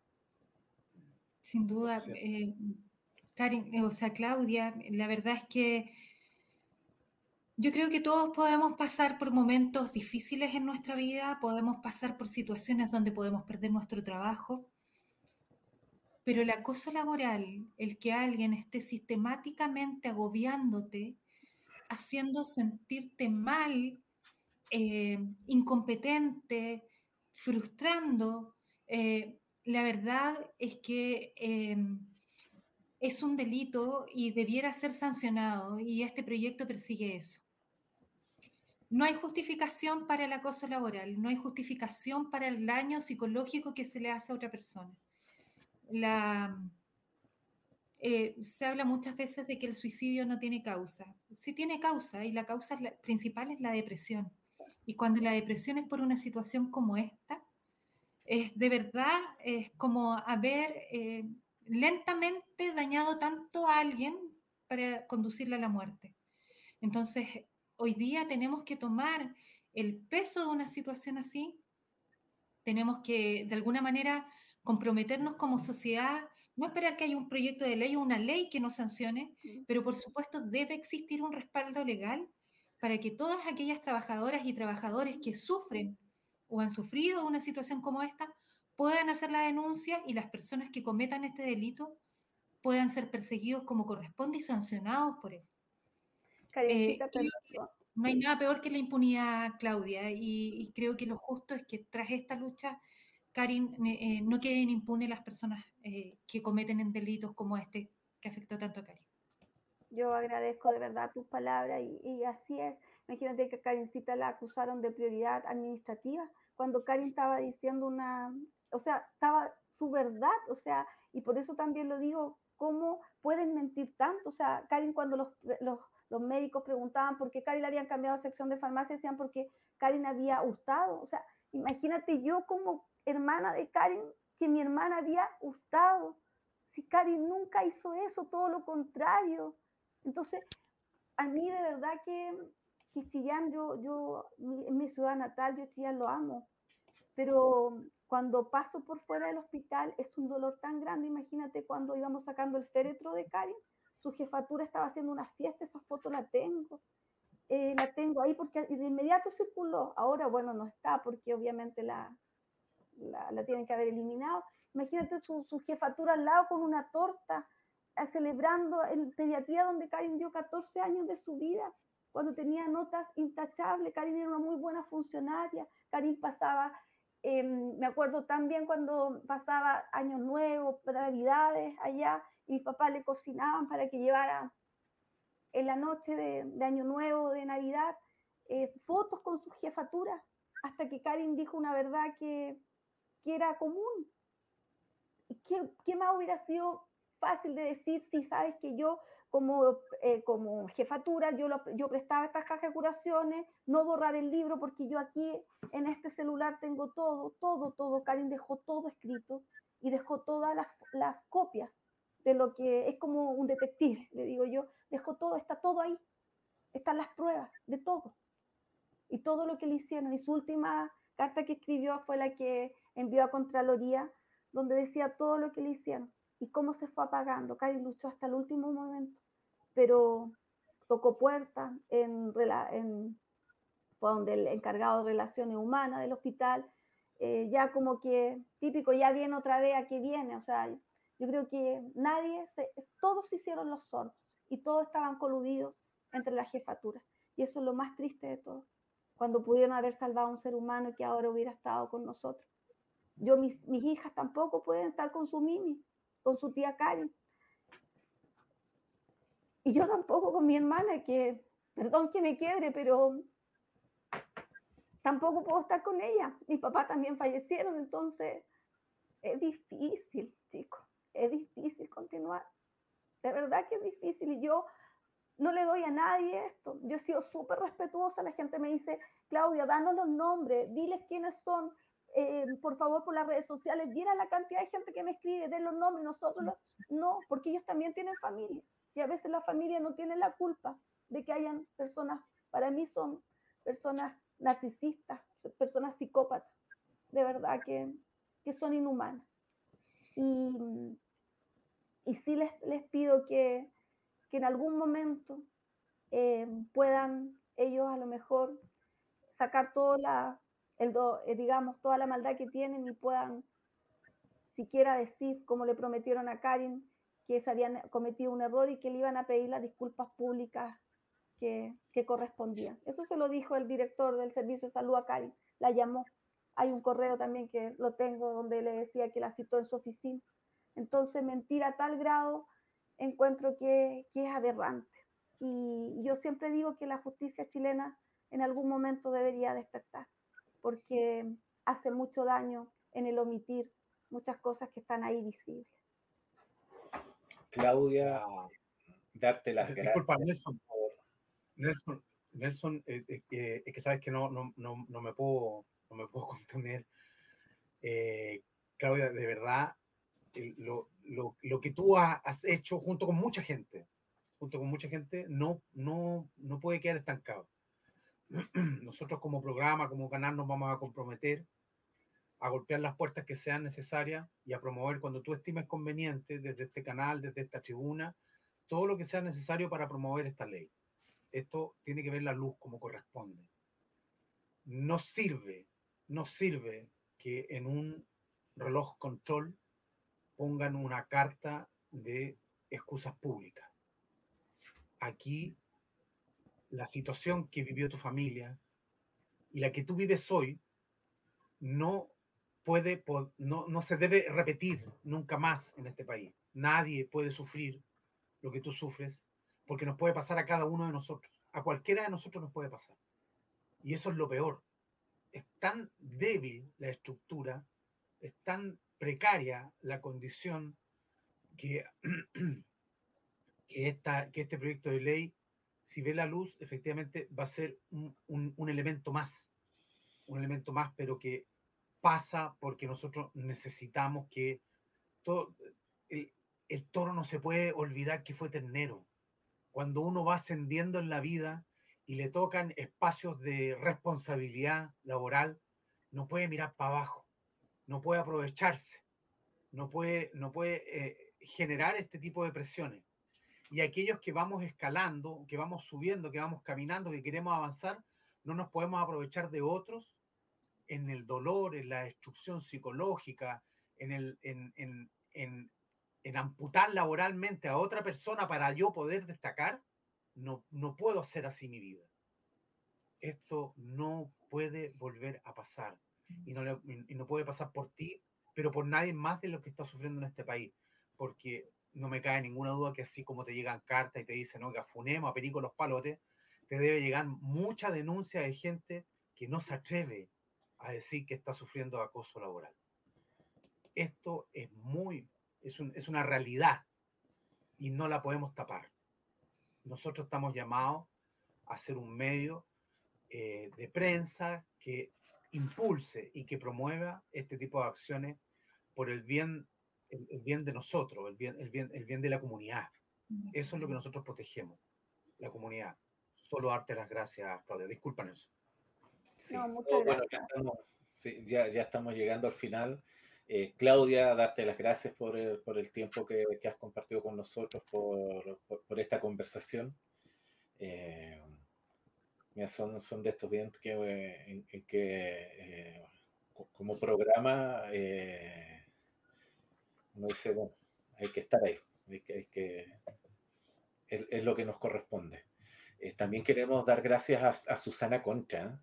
Sin duda, Karin, o sea, Claudia, la verdad es que yo creo que todos podemos pasar por momentos difíciles en nuestra vida, podemos pasar por situaciones donde podemos perder nuestro trabajo, pero el acoso laboral, el que alguien esté sistemáticamente agobiándote, haciendo sentirte mal, incompetente, frustrando, la verdad es que es un delito y debiera ser sancionado, y este proyecto persigue eso. No hay justificación para el acoso laboral, no hay justificación para el daño psicológico que se le hace a otra persona. Se habla muchas veces de que el suicidio no tiene causa. Sí tiene causa, y la causa principal es la depresión. Y cuando la depresión es por una situación como esta, es de verdad, es como haber lentamente dañado tanto a alguien para conducirle a la muerte. Entonces, hoy día tenemos que tomar el peso de una situación así, tenemos que, de alguna manera, comprometernos como sociedad, no esperar que haya un proyecto de ley o una ley que nos sancione, pero por supuesto debe existir un respaldo legal para que todas aquellas trabajadoras y trabajadores que sufren o han sufrido una situación como esta puedan hacer la denuncia, y las personas que cometan este delito puedan ser perseguidos como corresponde y sancionados por él. Karencita, No hay nada peor que la impunidad, Claudia, y creo que lo justo es que tras esta lucha, Karin, no queden impunes las personas que cometen delitos como este que afectó tanto a Karin. Yo agradezco de verdad tus palabras y así es. Imagínate que a Karencita la acusaron de prioridad administrativa cuando Karin estaba diciendo estaba su verdad, y por eso también lo digo, ¿cómo pueden mentir tanto? O sea, Karin, cuando los médicos preguntaban por qué Karin le habían cambiado a sección de farmacia, decían porque Karin había hurtado. O sea, imagínate yo como hermana de Karin, que mi hermana había hurtado. Si Karin nunca hizo eso, todo lo contrario. Entonces, a mí de verdad que Chillán, en mi ciudad natal, yo Chillán lo amo, pero cuando paso por fuera del hospital es un dolor tan grande. Imagínate cuando íbamos sacando el féretro de Karin, su jefatura estaba haciendo una fiesta, esa foto la tengo ahí porque de inmediato circuló. Ahora, bueno, no está porque obviamente la tienen que haber eliminado. Imagínate su jefatura al lado con una torta, celebrando en pediatría donde Karin dio 14 años de su vida, cuando tenía notas intachables. Karin era una muy buena funcionaria. Karin pasaba, me acuerdo también cuando pasaba Años Nuevos, Navidades allá, y mis papás le cocinaban para que llevara en la noche de Año Nuevo, de Navidad, fotos con su jefatura, hasta que Karin dijo una verdad que era común. ¿Qué más hubiera sido fácil de decir si sabes que yo como jefatura yo prestaba estas cajas de curaciones, no borrar el libro porque yo aquí en este celular tengo todo. Karin dejó todo escrito y dejó todas las copias de lo que es como un detective, le digo yo, dejó todo, está todo ahí, están las pruebas de todo y todo lo que le hicieron. Y su última carta que escribió fue la que envió a Contraloría, donde decía todo lo que le hicieron y cómo se fue apagando. Karin luchó hasta el último momento, pero tocó puertas, fue donde el encargado de relaciones humanas del hospital, ya como que típico, ya viene otra vez, ¿a qué viene? O sea, yo creo que todos se hicieron los sordos y todos estaban coludidos entre las jefaturas. Y eso es lo más triste de todo, cuando pudieron haber salvado a un ser humano que ahora hubiera estado con nosotros. Mis hijas tampoco pueden estar con su Mimi, con su tía Karin. Y yo tampoco con mi hermana, que, perdón que me quiebre, pero tampoco puedo estar con ella. Mis papás también fallecieron, entonces es difícil, chicos. es difícil continuar. De verdad que es difícil. Y yo no le doy a nadie esto. Yo he sido súper respetuosa. La gente me dice, Claudia, danos los nombres, diles quiénes son. Por favor, por las redes sociales, viera la cantidad de gente que me escribe, den los nombres, no, porque ellos también tienen familia. Y a veces la familia no tiene la culpa de que hayan personas, para mí son personas narcisistas, personas psicópatas, de verdad que son inhumanas. Y sí les pido que en algún momento puedan ellos a lo mejor sacar digamos, toda la maldad que tienen y puedan siquiera decir, como le prometieron a Karin, que se habían cometido un error y que le iban a pedir las disculpas públicas que correspondían. Eso se lo dijo el director del Servicio de Salud a Karin, la llamó. Hay un correo también que lo tengo donde le decía que la citó en su oficina. Entonces, mentir a tal grado encuentro que es aberrante. Y yo siempre digo que la justicia chilena en algún momento debería despertar, porque hace mucho daño en el omitir muchas cosas que están ahí visibles. Claudia, darte las gracias. Disculpa, Nelson, es que sabes que no me puedo contener. Claudia, de verdad, lo que tú has hecho junto con mucha gente, no puede quedar estancado. Nosotros como programa, como canal, nos vamos a comprometer a golpear las puertas que sean necesarias y a promover cuando tú estimes conveniente desde este canal, desde esta tribuna, todo lo que sea necesario para promover esta ley. Esto tiene que ver la luz como corresponde. No sirve que en un reloj control pongan una carta de excusas públicas. Aquí la situación que vivió tu familia y la que tú vives hoy no se debe repetir nunca más en este país. Nadie puede sufrir lo que tú sufres, porque nos puede pasar a cada uno de nosotros. A cualquiera de nosotros nos puede pasar. Y eso es lo peor. Es tan débil la estructura, es tan precaria la condición que este proyecto de ley, si ve la luz, efectivamente va a ser un elemento más, pero que pasa porque nosotros necesitamos que el toro no se puede olvidar que fue ternero. Cuando uno va ascendiendo en la vida y le tocan espacios de responsabilidad laboral, no puede mirar para abajo, no puede aprovecharse, no puede generar este tipo de presiones. Y aquellos que vamos escalando, que vamos subiendo, que vamos caminando, que queremos avanzar, no nos podemos aprovechar de otros en el dolor, en la destrucción psicológica, en amputar laboralmente a otra persona para yo poder destacar. No puedo hacer así mi vida. Esto no puede volver a pasar. Y no puede pasar por ti, pero por nadie más de lo que está sufriendo en este país. Porque no me cae ninguna duda que así como te llegan cartas y te dicen, no, que afunemos a Perico los palotes, te debe llegar mucha denuncia de gente que no se atreve a decir que está sufriendo acoso laboral. Esto es una realidad y no la podemos tapar. Nosotros estamos llamados a ser un medio de prensa que impulse y que promueva este tipo de acciones por el bien de nosotros, el bien de la comunidad. Eso es lo que nosotros protegemos, la comunidad. Solo darte las gracias, Claudia. Discúlpanos. Sí. No, muchas gracias. Ya estamos llegando al final. Claudia, darte las gracias por el tiempo que has compartido con nosotros, por esta conversación. Son de estos días en que como programa uno dice, bueno, hay que estar ahí, es lo que nos corresponde. También queremos dar gracias a Susana Concha,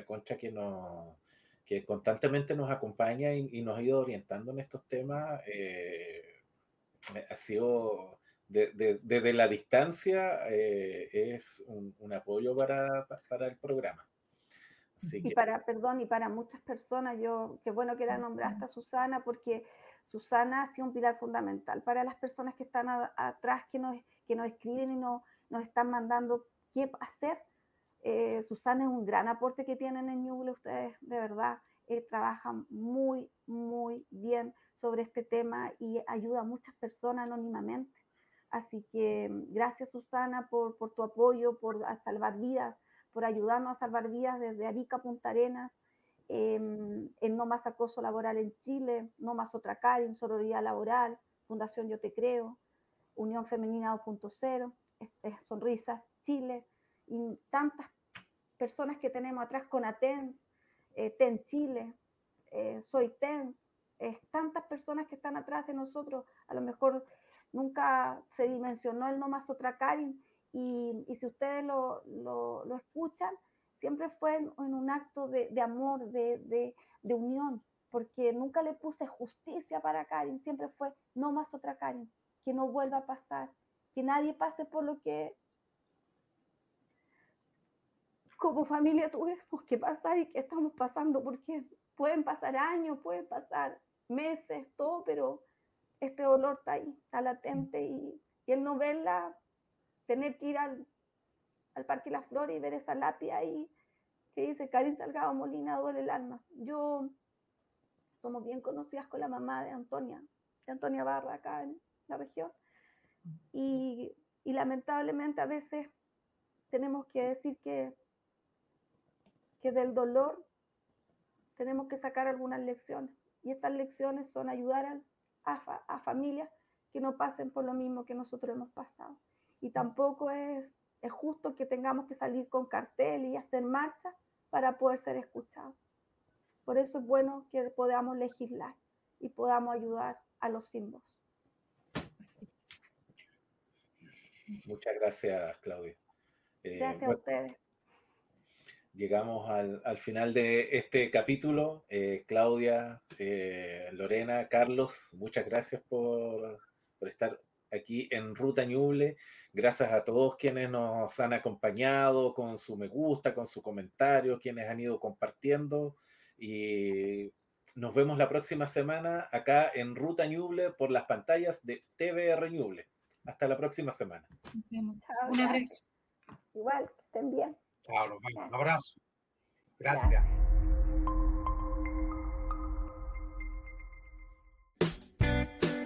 que constantemente nos acompaña y nos ha ido orientando en estos temas. Ha sido desde la distancia, es un apoyo para el programa. Así que... para muchas personas, qué bueno que la nombraste a Susana, porque Susana ha sido un pilar fundamental para las personas que están atrás, que nos escriben y nos están mandando qué hacer. Susana es un gran aporte que tienen en Ñuble. Ustedes de verdad trabajan muy, muy bien sobre este tema y ayuda a muchas personas anónimamente. Así que gracias, Susana, por tu apoyo, por salvar vidas, por ayudarnos a salvar vidas desde Arica a Punta Arenas, en No Más Acoso Laboral en Chile, No Más Otra Karin, Sororidad Laboral, Fundación Yo Te Creo, Unión Femenina 2.0, Sonrisas Chile, y tantas personas que tenemos atrás con ATENS, TEN Chile, Soy TENS, tantas personas que están atrás de nosotros. A lo mejor nunca se dimensionó el No Más Otra Karin, y si ustedes lo escuchan, siempre fue en un acto de amor, de unión, porque nunca le puse justicia para Karin, siempre fue No Más Otra Karin, que no vuelva a pasar, que nadie pase por lo que como familia tuvimos que pasar y que estamos pasando, porque pueden pasar años, pueden pasar meses, todo, pero este dolor está ahí, está latente, y el no verla, tener que ir al Parque Las Flores y ver esa lápida ahí que dice Karin Salgado Molina, duele el alma. Somos bien conocidas con la mamá de Antonia Barra acá en la región, y lamentablemente a veces tenemos que decir que del dolor tenemos que sacar algunas lecciones, y estas lecciones son ayudar a familias que no pasen por lo mismo que nosotros hemos pasado. Y tampoco es justo que tengamos que salir con cartel y hacer marcha para poder ser escuchados. Por eso es bueno que podamos legislar y podamos ayudar a los sin voz. Muchas gracias, Claudia. Gracias a ustedes. Llegamos al final de este capítulo. Claudia, Lorena, Carlos, muchas gracias por estar aquí en Ruta Ñuble. Gracias a todos quienes nos han acompañado con su me gusta, con su comentario, quienes han ido compartiendo. Y nos vemos la próxima semana acá en Ruta Ñuble por las pantallas de TVR Ñuble. Hasta la próxima semana. Chao, Un abrazo. Igual, que estén bien. Chao, nos vemos. Un abrazo. Gracias.